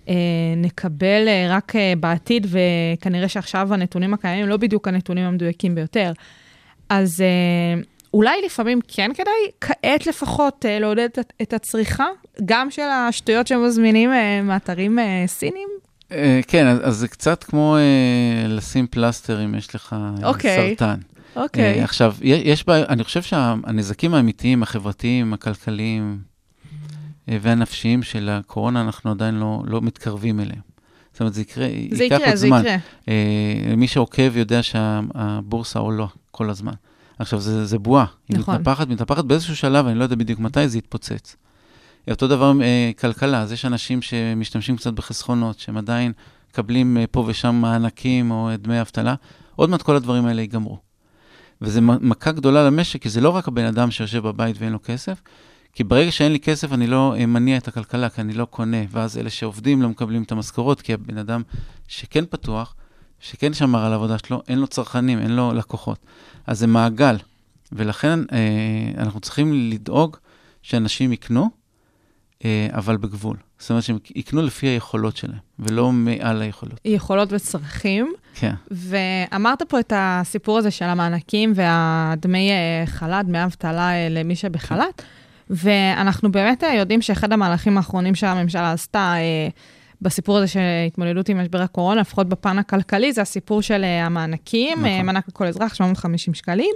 נקבל רק בעתיד, וכנראה שעכשיו הנתונים הקיימים לא בדיוק הנתונים המדויקים ביותר. אז אולי לפעמים כן כדאי, כעת לפחות לעודד את הצריכה, גם של השטויות שמזמינים מאתרים סינים? כן, אז זה קצת כמו לשים פלסטר אם יש לך סרטן. אוקיי. עכשיו, אני חושב שהנזקים האמיתיים, החברתיים, הכלכליים והנפשיים של הקורונה, אנחנו עדיין לא מתקרבים אליהם. זאת אומרת, זה יקרה, ייקח עוד זמן. מי שעוקב יודע שהבורסה עולה כל הזמן. עכשיו, זה בועה. היא מתנפחת באיזשהו שלב, אני לא יודע בדיוק מתי זה יתפוצץ. אותו דבר כלכלה, אז יש אנשים שמשתמשים קצת בחסכונות, שהם עדיין מקבלים פה ושם מענקים או דמי אבטלה, עוד מעט כל הדברים האלה ייגמרו. וזה מכה גדולה למשק, כי זה לא רק הבן אדם שיושב בבית ואין לו כסף, כי ברגע שאין לי כסף אני לא מניע את הכלכלה, כי אני לא קונה, ואז אלה שעובדים לא מקבלים את המשכורות, כי הבן אדם שכן פתוח, שכן שמר על העבודה שלו, אין לו צרכנים, אין לו לקוחות. אז זה מעגל, ולכן אנחנו צריכים לדאוג שאנשים יקנו, אבל בגבול. זאת אומרת שהם יקנו לפי היכולות שלהם, ולא מעל היכולות. יכולות וצרכים. כן. ואמרת פה את הסיפור הזה של המענקים והדמי חל"ת, דמי אבטלה למי שבחל"ת, ואנחנו באמת יודעים שאחד המהלכים האחרונים שהממשלה עשתה בסיפור הזה של התמודדות עם משבר הקורונה, לפחות בפן הכלכלי, זה הסיפור של המענקים, נכון. מענק לכל אזרח, 750 שקלים,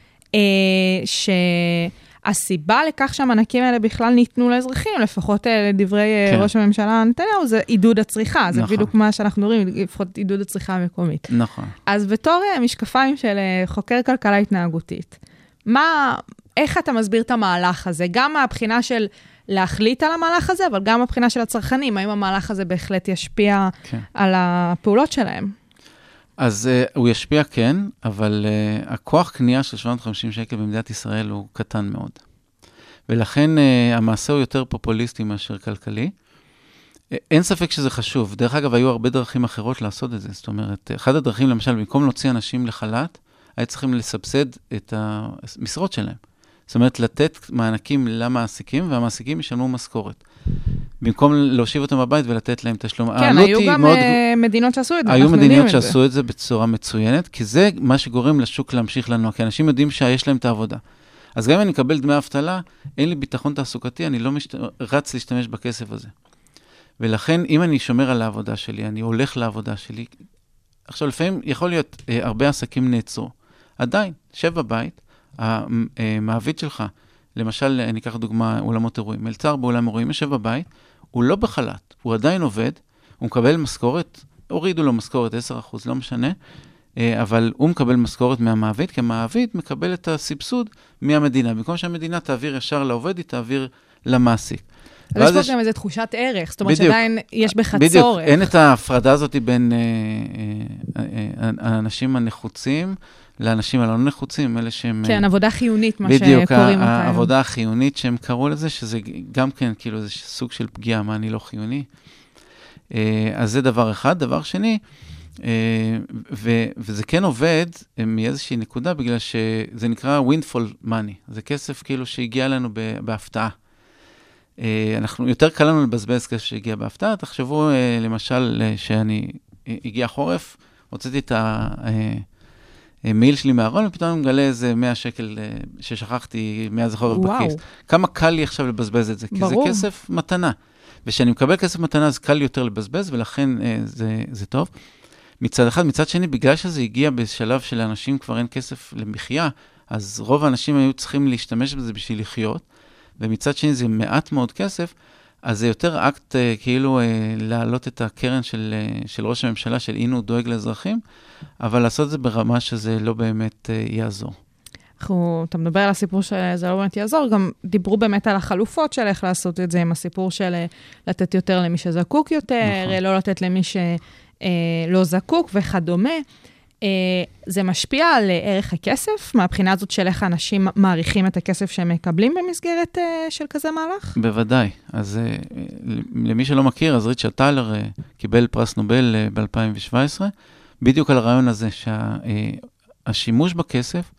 הסיבה לכך שהמענקים האלה בכלל ניתנו לאזרחים, לפחות לדברי ראש הממשלה נתניהו, זה עידוד הצריכה. זה בדיוק מה שאנחנו רואים, לפחות עידוד הצריכה המקומית. נכון. אז בתור משקפיים של חוקר כלכלה התנהגותית, איך אתה מסביר את המהלך הזה? גם מהבחינה של להחליט על המהלך הזה, אבל גם מהבחינה של הצרכנים, האם המהלך הזה בהחלט ישפיע על הפעולות שלהם? אז הוא ישפיע כן, אבל הכוח קנייה של 750 שקל במדינת ישראל הוא קטן מאוד. ולכן המעשה הוא יותר פופוליסטי מאשר כלכלי. אין ספק שזה חשוב. דרך אגב, היו הרבה דרכים אחרות לעשות את זה. זאת אומרת, אחד הדרכים, למשל, במקום להוציא אנשים לחל"ת, היו צריכים לסבסד את המשרות שלהם. זאת אומרת, לתת מענקים למעסיקים, והמעסיקים ישלמו משכורת. במקום להושיב אותם בבית ולתת להם תשלום. כן, היו גם מדינות שעשו את זה. היו מדינות שעשו את זה בצורה מצוינת, כי זה מה שגורם לשוק להמשיך לנו, כי אנשים יודעים שיש להם את העבודה. אז גם אם אני אקבל דמי אבטלה, אין לי ביטחון תעסוקתי, אני לא רץ להשתמש בכסף הזה. ולכן, אם אני שומר על העבודה שלי, אני הולך לעבודה שלי, עכשיו לפעמים יכול להיות הרבה עסקים נעצרו. עדיין, שב בבית, המעביד שלך, למשל, אני אקח דוגמה, אולמות אירועים. מלצר באולם אירועים יושב בבית, הוא לא בחל"ת, הוא עדיין עובד, הוא מקבל משכורת, הורידו לו משכורת 10%, לא משנה, אבל הוא מקבל משכורת מהמעביד, כי המעביד מקבל את הסבסוד מהמדינה. במקום שהמדינה תעביר ישר לעובד, היא תעביר למעסיק. אז יש פה גם איזו תחושת ערך, זאת אומרת שעדיין יש בך צורך. בדיוק, אין את ההפרדה הזאת בין האנשים הנחוצים, לאנשים הלא נחוצים, אלה שהם... כן, עבודה חיונית, מה שקוראים אותה. בדיוק, העבודה החיונית שהם קראו לזה, שזה גם כן כאילו זה סוג של פגיעה, מה אני לא חיוני. אז זה דבר אחד. דבר שני, וזה כן עובד מאיזושהי נקודה, בגלל שזה נקרא windfall money. זה כסף כאילו שהגיע לנו בהפתעה. יותר קל לנו לבזבז כסף שהגיע בהפתעה. תחשבו למשל הגיע חורף, הוצאתי את המייל שלי מהארון, ופתאום אני מגלה איזה 100 שקל ששכחתי מאז החורף בכיס. כמה קל לי עכשיו לבזבז את זה? כי זה כסף מתנה. וכשאני מקבל כסף מתנה, אז קל יותר לבזבז, ולכן זה טוב. מצד אחד, מצד שני, בגלל שזה הגיע בשלב שלאנשים כבר אין כסף למחיה, אז רוב האנשים היו צריכים להשתמש בזה בשביל לחיות, ומצד שני זה מעט מאוד כסף, אז זה יותר אקט כאילו להעלות את הקרן של ראש הממשלה, של הנה הוא דואג לאזרחים, אבל לעשות את זה ברמה שזה לא באמת יעזור. אתה מדבר על הסיפור שזה לא באמת יעזור, גם דיברו באמת על החלופות של איך לעשות את זה, עם הסיפור של לתת יותר למי שזקוק יותר, נכון. לא לתת למי שלא זקוק וכדומה. זה משפיע על ערך הכסף, מהבחינה הזאת של איך האנשים מעריכים את הכסף שהם מקבלים במסגרת של כזה מהלך? בוודאי. אז למי שלא מכיר, אז ריצ'רד טיילר קיבל פרס נובל ב-2017, בדיוק על הרעיון הזה שהשימוש בכסף,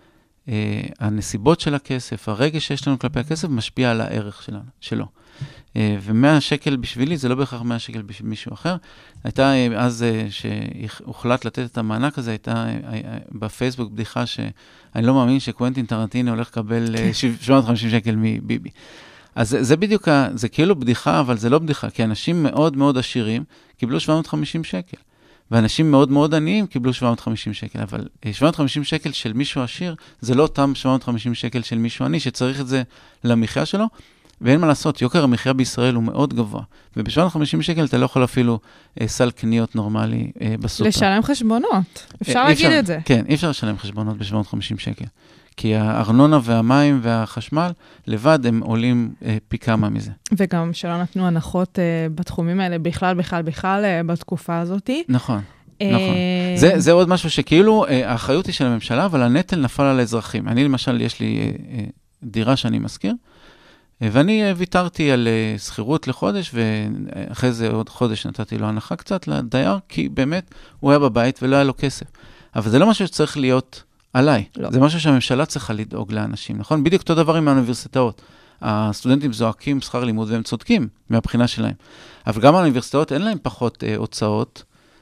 הנסיבות של הכסף, הרגש שיש לנו כלפי הכסף, משפיע על הערך שלו. ו100 שקל בשבילי, זה לא בהכרח 100 שקל בשביל מישהו אחר. הייתה אז שהוחלט לתת את המענק הזה, הייתה בפייסבוק בדיחה שאני לא מאמין שקוונטין טרנטינו הולך לקבל 750 שקל מביבי. אז זה בדיוק, זה כאילו בדיחה, אבל זה לא בדיחה, כי אנשים מאוד מאוד עשירים קיבלו 750 שקל. ואנשים מאוד מאוד עניים קיבלו 750 שקל, אבל 750 שקל של מישהו עשיר, זה לא אותם 750 שקל של מישהו עני, שצריך את זה למחיה שלו, ואין מה לעשות, יוקר המחיה בישראל הוא מאוד גבוה, וב-750 שקל אתה לא יכול אפילו סל קניות נורמלי בסופר. לשלם חשבונות, אפשר להגיד את זה. כן, אי אפשר לשלם חשבונות ב-750 שקל, כי הארנונה והמים והחשמל לבד הם עולים פי כמה מזה. וגם שלא נתנו הנחות בתחומים האלה בכלל בתקופה הזאת. נכון. נכון. זה עוד משהו שכאילו האחריות היא של הממשלה, אבל הנטל נפל על האזרחים. אני למשל, יש לי דירה שאני מזכיר, ואני ויתרתי על שכירות לחודש, ואחרי זה עוד חודש נתתי לו הנחה קצת לדייר, כי באמת הוא היה בבית ולא היה לו כסף. אבל זה לא משהו שצריך להיות עליי. לא. זה משהו שהממשלה צריכה לדאוג לאנשים, נכון? בדיוק אותו דבר עם האוניברסיטאות. הסטודנטים זועקים שכר לימוד והם צודקים מהבחינה שלהם. אבל גם האוניברסיטאות אין להם פחות הוצאות,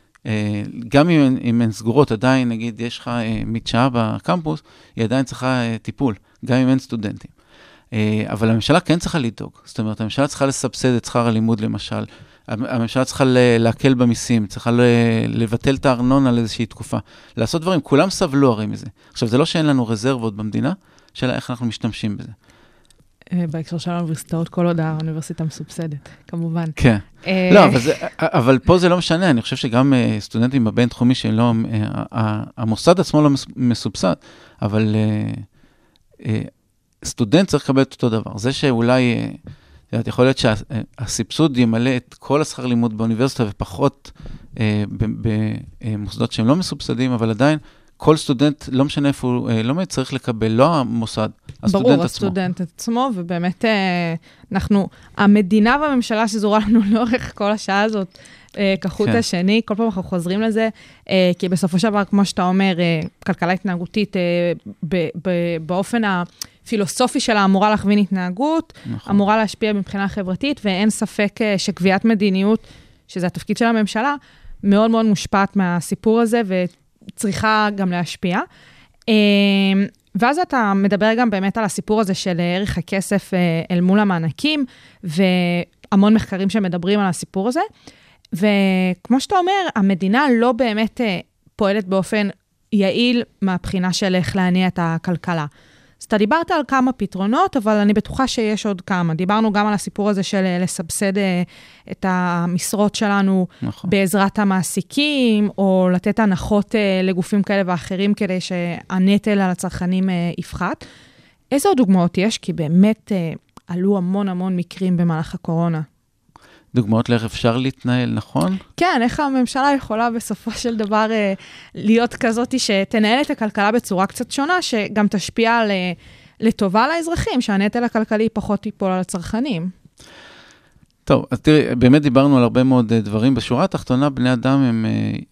גם אם הן סגורות, עדיין נגיד יש לך מדשאה בקמפוס, היא עדיין צריכה טיפול, גם אם אין סטודנטים. אבל הממשלה כן צריכה לדאוג. זאת אומרת, הממשלה צריכה לסבסד את שכר הלימוד למשל, הממשלה צריכה להקל במיסים, צריכה לבטל את הארנונה על איזושהי תקופה, לעשות דברים, כולם סבלו הרי מזה. עכשיו, זה לא שאין לנו רזרבות במדינה, שאלה איך אנחנו משתמשים בזה. בהקשר של האוניברסיטאות, כל עוד האוניברסיטה מסובסדת, כמובן. כן. לא, אבל פה זה לא משנה, אני חושב שגם סטודנטים בבין-תחומי שלא, המוסד עצמו לא מסובסד, אבל סטודנט צריך לקבל את אותו דבר. זה שאולי, יכול להיות שהסבסוד ימלא את כל השכר לימוד באוניברסיטה, ופחות במוסדות שהם לא מסובסדים, אבל עדיין כל סטודנט, לא משנה איפה הוא לומד, צריך לקבל, לא המוסד, הסטודנט עצמו. ברור, הסטודנט עצמו, ובאמת המדינה והממשלה שזורה לנו לאורך כל השעה הזאת, כחוט השני, כל פעם אנחנו חוזרים לזה, כי בסופו של דבר, כמו שאתה אומר, כלכלה התנהגותית, באופן הפילוסופי שלה אמורה להכווין התנהגות, אמורה להשפיע מבחינה חברתית, ואין ספק שקביעת מדיניות, שזה התפקיד של הממשלה, מאוד מאוד מושפעת מהסיפור הזה, וצריכה גם להשפיע. ואז אתה מדבר גם באמת על הסיפור הזה של ערך הכסף אל מול המענקים, והמון מחקרים שמדברים על הסיפור הזה. וכמו שאתה אומר, המדינה לא באמת פועלת באופן יעיל מהבחינה של איך להניע את הכלכלה. אז אתה דיברת על כמה פתרונות, אבל אני בטוחה שיש עוד כמה. דיברנו גם על הסיפור הזה של לסבסד את המשרות שלנו נכון. בעזרת המעסיקים, או לתת הנחות לגופים כאלה ואחרים, כדי שהנטל על הצרכנים יפחת. איזה עוד דוגמאות יש? כי באמת עלו המון המון מקרים במהלך הקורונה. דוגמאות לאיך אפשר להתנהל, נכון? כן, איך הממשלה יכולה בסופו של דבר להיות כזאת שתנהל את הכלכלה בצורה קצת שונה, שגם תשפיע לטובה לאזרחים, שהנטל הכלכלי פחות ייפול על הצרכנים. טוב, אז תראי, באמת דיברנו על הרבה מאוד דברים. בשורה התחתונה, בני אדם הם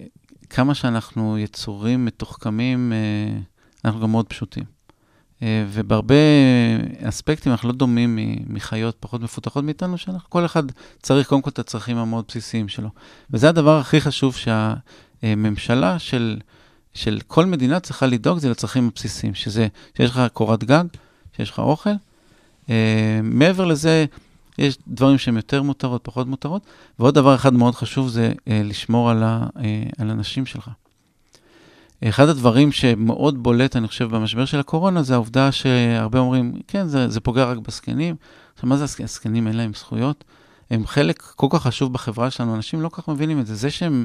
כמה שאנחנו יצורים מתוחכמים, אנחנו גם מאוד פשוטים. ובהרבה אספקטים אנחנו לא דומים מחיות פחות מפותחות מאיתנו, כל אחד צריך קודם כל את הצרכים המאוד בסיסיים שלו. וזה הדבר הכי חשוב שהממשלה של כל מדינה צריכה לדאוג, זה לצרכים הבסיסיים, שזה שיש לך קורת גג, שיש לך אוכל. מעבר לזה, יש דברים שהם יותר מותרות, פחות מותרות, ועוד דבר אחד מאוד חשוב זה לשמור על הנשים שלך. אחד הדברים שמאוד בולט, אני חושב, במשבר של הקורונה, זה העובדה שהרבה אומרים, כן, זה פוגע רק בסקנים. עכשיו, מה זה הסקנים? אין להם זכויות. הם חלק כל כך חשוב בחברה שלנו, אנשים לא כך מבינים את זה. זה שהם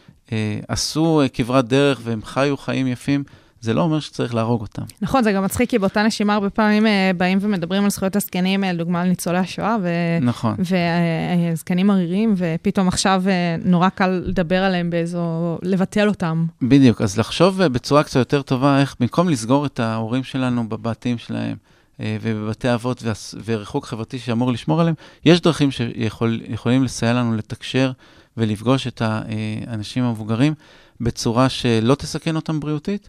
עשו כברת דרך והם חיו חיים יפים, זה לא אומר שצריך להרוג אותם. נכון, זה גם מצחיק, כי באותה נשימה הרבה פעמים באים ומדברים על זכויות הזקנים, לדוגמה על ניצולי השואה, נכון. וזקנים עריריים, ופתאום עכשיו נורא קל לדבר עליהם לבטל אותם. בדיוק, אז לחשוב בצורה קצת יותר טובה, איך במקום לסגור את ההורים שלנו בבתים שלהם, ובבתי אבות וריחוק חברתי שאמור לשמור עליהם, יש דרכים שיכולים לסייע לנו לתקשר ולפגוש את האנשים המבוגרים, בצורה שלא תסכן אותם בריאותית,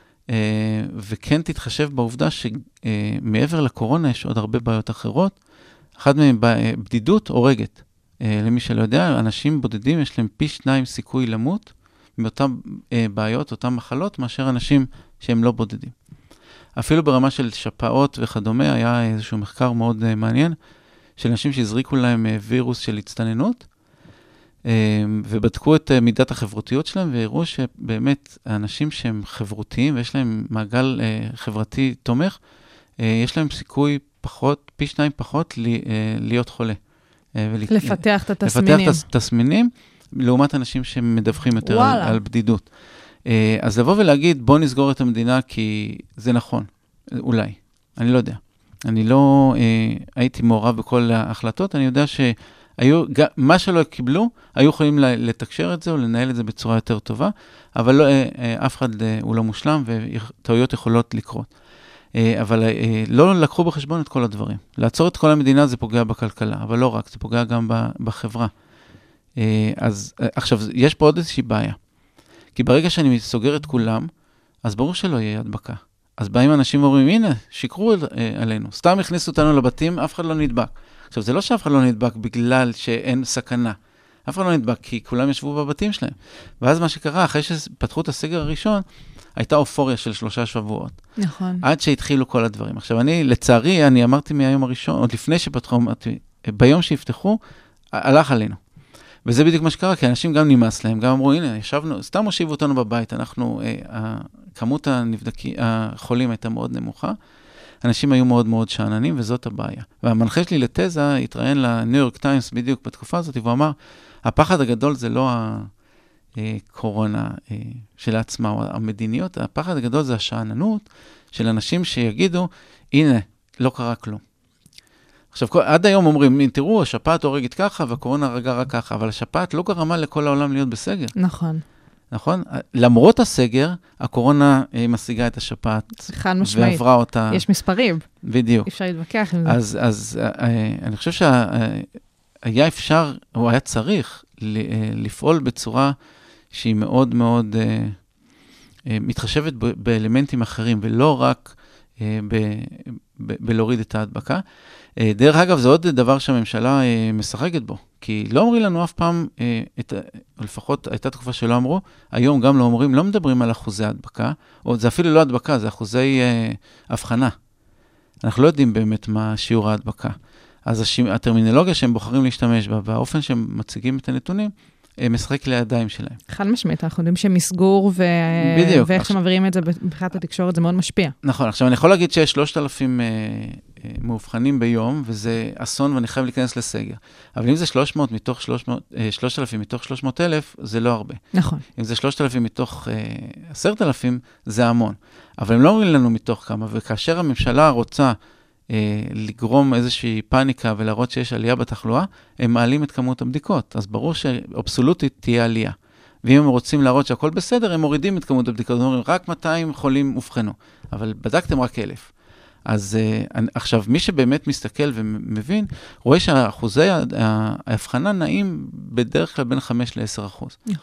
וכן תתחשב בעובדה שמעבר לקורונה יש עוד הרבה בעיות אחרות. אחד מהם בדידות הורגת. למי שלא יודע, אנשים בודדים יש להם פי 2 סיכוי למות מאותן בעיות, אותן מחלות, מאשר אנשים שהם לא בודדים. אפילו ברמה של שפעות וכדומה, היה איזשהו מחקר מאוד מעניין, של אנשים שהזריקו להם וירוס של הצטננות, ובדקו את מידת החברותיות שלהם, והראו שבאמת האנשים שהם חברותיים, ויש להם מעגל חברתי תומך, יש להם סיכוי פי 2 פחות להיות חולה. לפתח את התסמינים. לפתח את התסמינים, לעומת אנשים שמדווחים יותר על בדידות. אז לבוא ולהגיד, בוא נסגור את המדינה, כי זה נכון, אולי. אני לא יודע. אני לא הייתי מעורב בכל ההחלטות, אני יודע מה שלא קיבלו, היו יכולים לתקשר את זה או לנהל את זה בצורה יותר טובה, אבל אף אחד הוא לא מושלם וטעויות יכולות לקרות. אבל לא לקחו בחשבון את כל הדברים. לעצור את כל המדינה זה פוגע בכלכלה, אבל לא רק, זה פוגע גם בחברה. אז עכשיו, יש פה עוד איזושהי בעיה. כי ברגע שאני סוגר את כולם, אז ברור שלא יהיה הדבקה. אז באים אנשים ואומרים, הנה, שיקרו עלינו. סתם הכניסו אותנו לבתים, אף אחד לא נדבק. עכשיו, זה לא שאף אחד לא נדבק בגלל שאין סכנה. אף אחד לא נדבק, כי כולם ישבו בבתים שלהם. ואז מה שקרה, אחרי שפתחו את הסגר הראשון, הייתה אופוריה של 3 שבועות. נכון. עד שהתחילו כל הדברים. עכשיו, לצערי, אני אמרתי מהיום הראשון, עוד לפני שפתחו, ביום שיפתחו, הלך עלינו. וזה בדיוק מה שקרה, כי אנשים גם נמאס להם, גם אמרו, הנה, ישבנו, סתם הושיבו אותנו בבית, כמות החולים הייתה מאוד נמוכה, אנשים היו מאוד מאוד שעננים, וזאת הבעיה. והמנחה שלי לתזה התראיין לניו יורק טיימס בדיוק בתקופה הזאת, והוא אמר, הפחד הגדול זה לא הקורונה של עצמה, או המדיניות, הפחד הגדול זה השעננות של אנשים שיגידו, הנה, לא קרה כלום. עכשיו, עד היום אומרים, תראו, השפעת הורגת ככה, והקורונה הרגה רק ככה, אבל השפעת לא גרמה לכל העולם להיות בסגר. נכון. נכון? למרות הסגר, הקורונה משיגה את השפעת. חד משמעית. ועברה אותה. יש מספרים. בדיוק. אפשר להתווכח עם זה. אז אני חושב שהיה אפשר, או היה צריך, לפעול בצורה שהיא מאוד מאוד מתחשבת באלמנטים אחרים, ולא רק בלהוריד את ההדבקה. דרך אגב, זה עוד דבר שהממשלה משחקת בו, כי לא אומרים לנו אף פעם, לפחות הייתה תקופה שלא אמרו, היום גם לא אומרים, לא מדברים על אחוזי ההדבקה, או זה אפילו לא הדבקה, זה אחוזי הבחנה. אנחנו לא יודעים באמת מה שיעור ההדבקה. אז הטרמינולוגיה שהם בוחרים להשתמש בה, והאופן שהם מציגים את הנתונים, משחק לידיים שלהם. חד משמעית, אנחנו יודעים שמסגור ואיך שמעבירים את זה מבחינת התקשורת, זה מאוד משפיע. נכון, עכשיו אני יכול להגיד שיש 3,000 מאובחנים ביום, וזה אסון ואני חייב להיכנס לסגר. אבל אם זה 3,000 מתוך 300,000, זה לא הרבה. נכון. אם זה 3,000 מתוך 10,000, זה המון. אבל הם לא אומרים לנו מתוך כמה, וכאשר הממשלה רוצה לגרום איזושהי פאניקה ולהראות שיש עלייה בתחלואה, הם מעלים את כמות הבדיקות. אז ברור שאבסולוטית תהיה עלייה. ואם הם רוצים להראות שהכל בסדר, הם מורידים את כמות הבדיקות. הם אומרים, רק 200 חולים אובחנו. אבל בדקתם רק 1,000. אז עכשיו, מי שבאמת מסתכל ומבין, רואה שהאחוזי ההבחנה נעים בדרך כלל בין 5 ל-10%. נכון.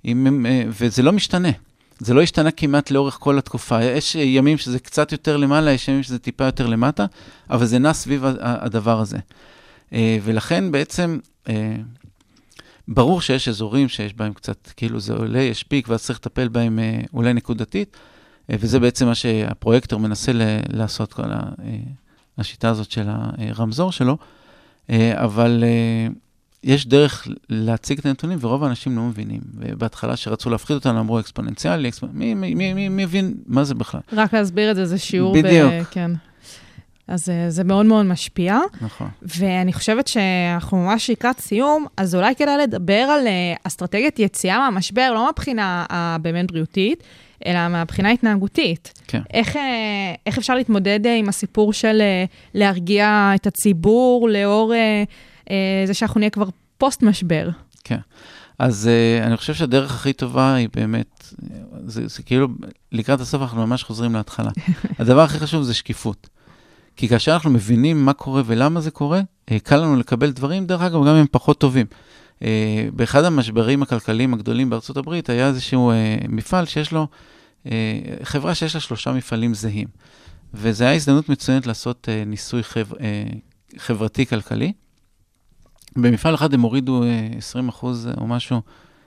וזה לא משתנה. זה לא השתנה כמעט לאורך כל התקופה. יש ימים שזה קצת יותר למעלה, יש ימים שזה טיפה יותר למטה, אבל זה נע סביב הדבר הזה. ולכן בעצם, ברור שיש אזורים שיש בהם קצת, כאילו זה עולה, יש פיק, ואז צריך לטפל בהם אולי נקודתית, וזה בעצם מה שהפרויקטור מנסה לעשות, כל השיטה הזאת של הרמזור שלו, אבל יש דרך להציג את הנתונים, ורוב האנשים לא מבינים. ובהתחלה שרצו להפחיד אותנו, אמרו אקספוננציאלי, מי מבין מה זה בכלל? רק להסביר את זה, זה שיעור בדיוק. כן. אז זה מאוד מאוד משפיע. נכון. ואני חושבת שאנחנו ממש לקראת סיום, אז אולי כדאי לדבר על אסטרטגיית יציאה מהמשבר, לא מהבחינה הבאמת בריאותית, אלא מהבחינה התנהגותית. כן. איך אפשר להתמודד עם הסיפור של להרגיע את הציבור, לאור זה שאנחנו נהיה כבר פוסט-משבר? כן. אז אני חושב שהדרך הכי טובה היא באמת, זה כאילו, לקראת הסוף אנחנו ממש חוזרים להתחלה. הדבר הכי חשוב זה שקיפות. כי כאשר אנחנו מבינים מה קורה ולמה זה קורה, קל לנו לקבל דברים, דרך אגב, גם הם פחות טובים. באחד המשברים הכלכליים הגדולים בארצות הברית, היה איזשהו מפעל שיש לו, חברה שיש לה 3 מפעלים זהים. וזו הייתה הזדמנות מצוינת לעשות ניסוי חברתי-כלכלי. במפעל אחד הם הורידו 20% או משהו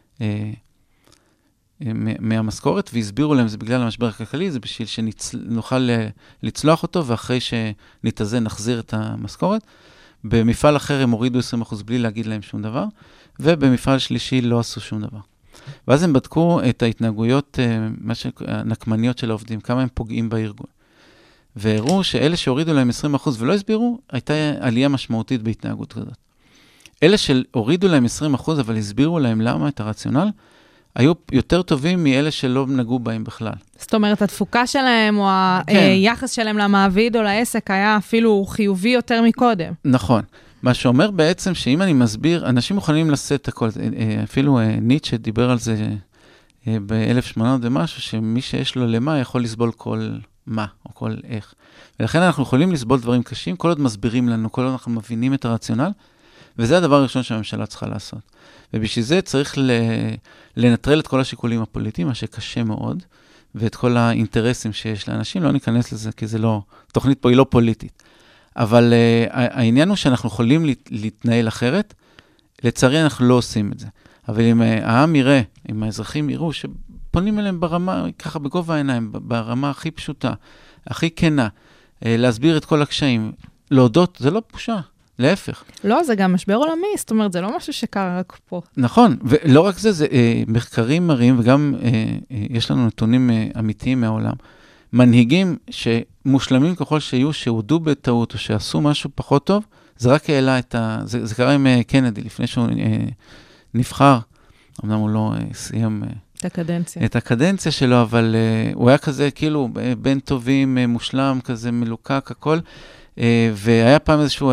מהמשכורת, והסבירו להם, זה בגלל המשבר הכלכלי, זה בשביל שנוכל לצלוח אותו, ואחרי שנתאזן נחזיר את המשכורת. במפעל אחר הם הורידו 20% בלי להגיד להם שום דבר, ובמפעל שלישי לא עשו שום דבר. ואז הם בדקו את ההתנהגויות הנקמניות של העובדים, כמה הם פוגעים בארגון. והראו שאלה שהורידו להם 20% ולא הסבירו, הייתה עלייה משמעותית בהתנהגות כזאת. אלה שהורידו להם 20%, אבל הסבירו להם למה את הרציונל, היו יותר טובים מאלה שלא נגעו בהם בכלל. זאת אומרת, התפוקה שלהם, או היחס שלהם למעביד או לעסק, היה אפילו חיובי יותר מקודם. נכון. מה שאומר בעצם שאם אני מסביר, אנשים מוכנים לשאת הכל, אפילו ניטשה דיבר על זה ב-1800 ומשהו, שמי שיש לו למה יכול לסבול כל מה או כל איך. ולכן אנחנו יכולים לסבול דברים קשים, כל עוד מסבירים לנו, כל עוד אנחנו מבינים את הרציונל, וזה הדבר הראשון שהממשלה צריכה לעשות. ובשביל זה צריך לנטרל את כל השיקולים הפוליטיים, מה שקשה מאוד, ואת כל האינטרסים שיש לאנשים, לא ניכנס לזה, כי זה לא, התוכנית פה היא לא פוליטית. אבל העניין הוא שאנחנו יכולים להתנהל אחרת, לצערי אנחנו לא עושים את זה. אבל אם העם יראה, אם האזרחים יראו, שפונים אליהם ברמה, ככה בגובה העיניים, ברמה הכי פשוטה, הכי כנה, להסביר את כל הקשיים, להודות, זה לא בושה. להפך. לא, זה גם משבר עולמי, זאת אומרת, זה לא משהו שקרה רק פה. נכון, ולא רק זה, זה מחקרים מראים, וגם יש לנו נתונים אמיתיים מהעולם. מנהיגים שמושלמים ככל שיהיו, שהודו בטעות, או שעשו משהו פחות טוב, זה רק העלה את זה קרה עם קנדי, לפני שהוא נבחר, אמנם הוא לא סיים את הקדנציה שלו, אבל הוא היה כזה, כאילו, בין טובים, מושלם, כזה מלוקק, הכל, והיה פעם איזשהו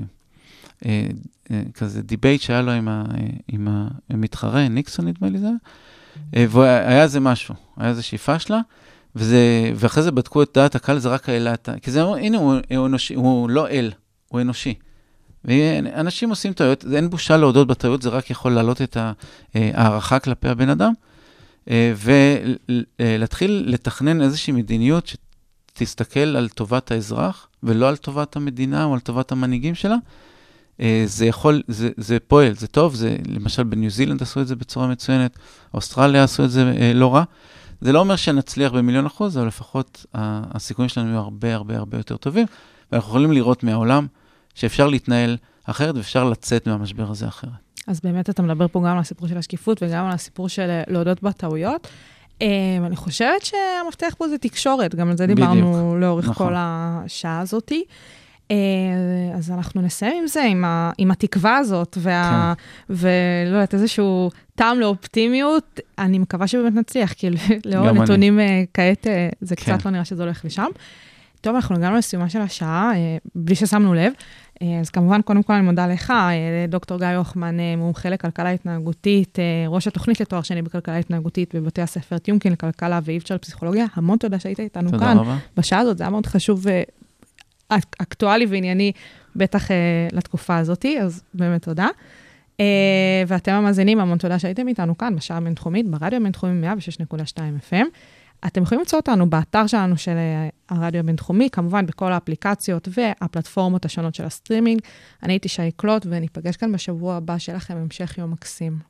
כזה דיבייט שהיה לו עם המתחרה, ניקסון נדמה לי זה, והיה איזה משהו, היה איזושהי פשלה, ואחרי זה בדקו את דעת הקהל, זה רק העלה את כי זה, הנה, הוא אנושי, הוא לא אל, הוא אנושי. ואנשים עושים טעויות, אין בושה להודות בטעויות, זה רק יכול להעלות את הערכה כלפי הבן אדם, ולהתחיל לתכנן איזושהי מדיניות שתסתכל על טובת האזרח, ולא על טובת המדינה או על טובת המנהיגים שלה. זה יכול, זה פועל, זה טוב, זה, למשל בניו זילנד עשו את זה בצורה מצוינת, אוסטרליה עשו את זה לא רע. זה לא אומר שנצליח ב1,000,000%, אבל לפחות הסיכויים שלנו יהיו הרבה הרבה הרבה יותר טובים, ואנחנו יכולים לראות מהעולם שאפשר להתנהל אחרת, ואפשר לצאת מהמשבר הזה אחרת. אז באמת אתה מדבר פה גם על הסיפור של השקיפות, וגם על הסיפור של להודות בטעויות. אני חושבת שהמפתח פה זה תקשורת, גם על זה דיברנו לאורך כל השעה הזאת. אז אנחנו נסיים עם זה, עם התקווה הזאת, ולא יודעת, איזשהו טעם לאופטימיות, אני מקווה שבאמת נצליח, כי לאור הנתונים כעת, זה קצת לא נראה שזה הולך לשם. טוב, אנחנו הגענו לסיומה של השעה, בלי ששמנו לב, אז כמובן, קודם כל אני מודה לך, דוקטור גיא הוחמן, מומחה לכלכלה התנהגותית, ראש התוכנית לתואר שני בכלכלה התנהגותית בבתי הספר טיומקין לכלכלה ואיבצ'ר לפסיכולוגיה. המון תודה שהיית איתנו כאן. בשעה הזאת, זה היה מאוד חשוב אקטואלי וענייני, בטח לתקופה הזאת, אז באמת תודה. ואתם המאזינים, המון תודה שהייתם איתנו כאן, בשעה הבינתחומית, ברדיו הבינתחומי 106.2 FM. אתם יכולים למצוא אותנו באתר שלנו של הרדיו הבינתחומי, כמובן בכל האפליקציות והפלטפורמות השונות של הסטרימינג. אני הייתי שי קלוט, וניפגש כאן בשבוע הבא. שיהיה לכם המשך יום מקסים.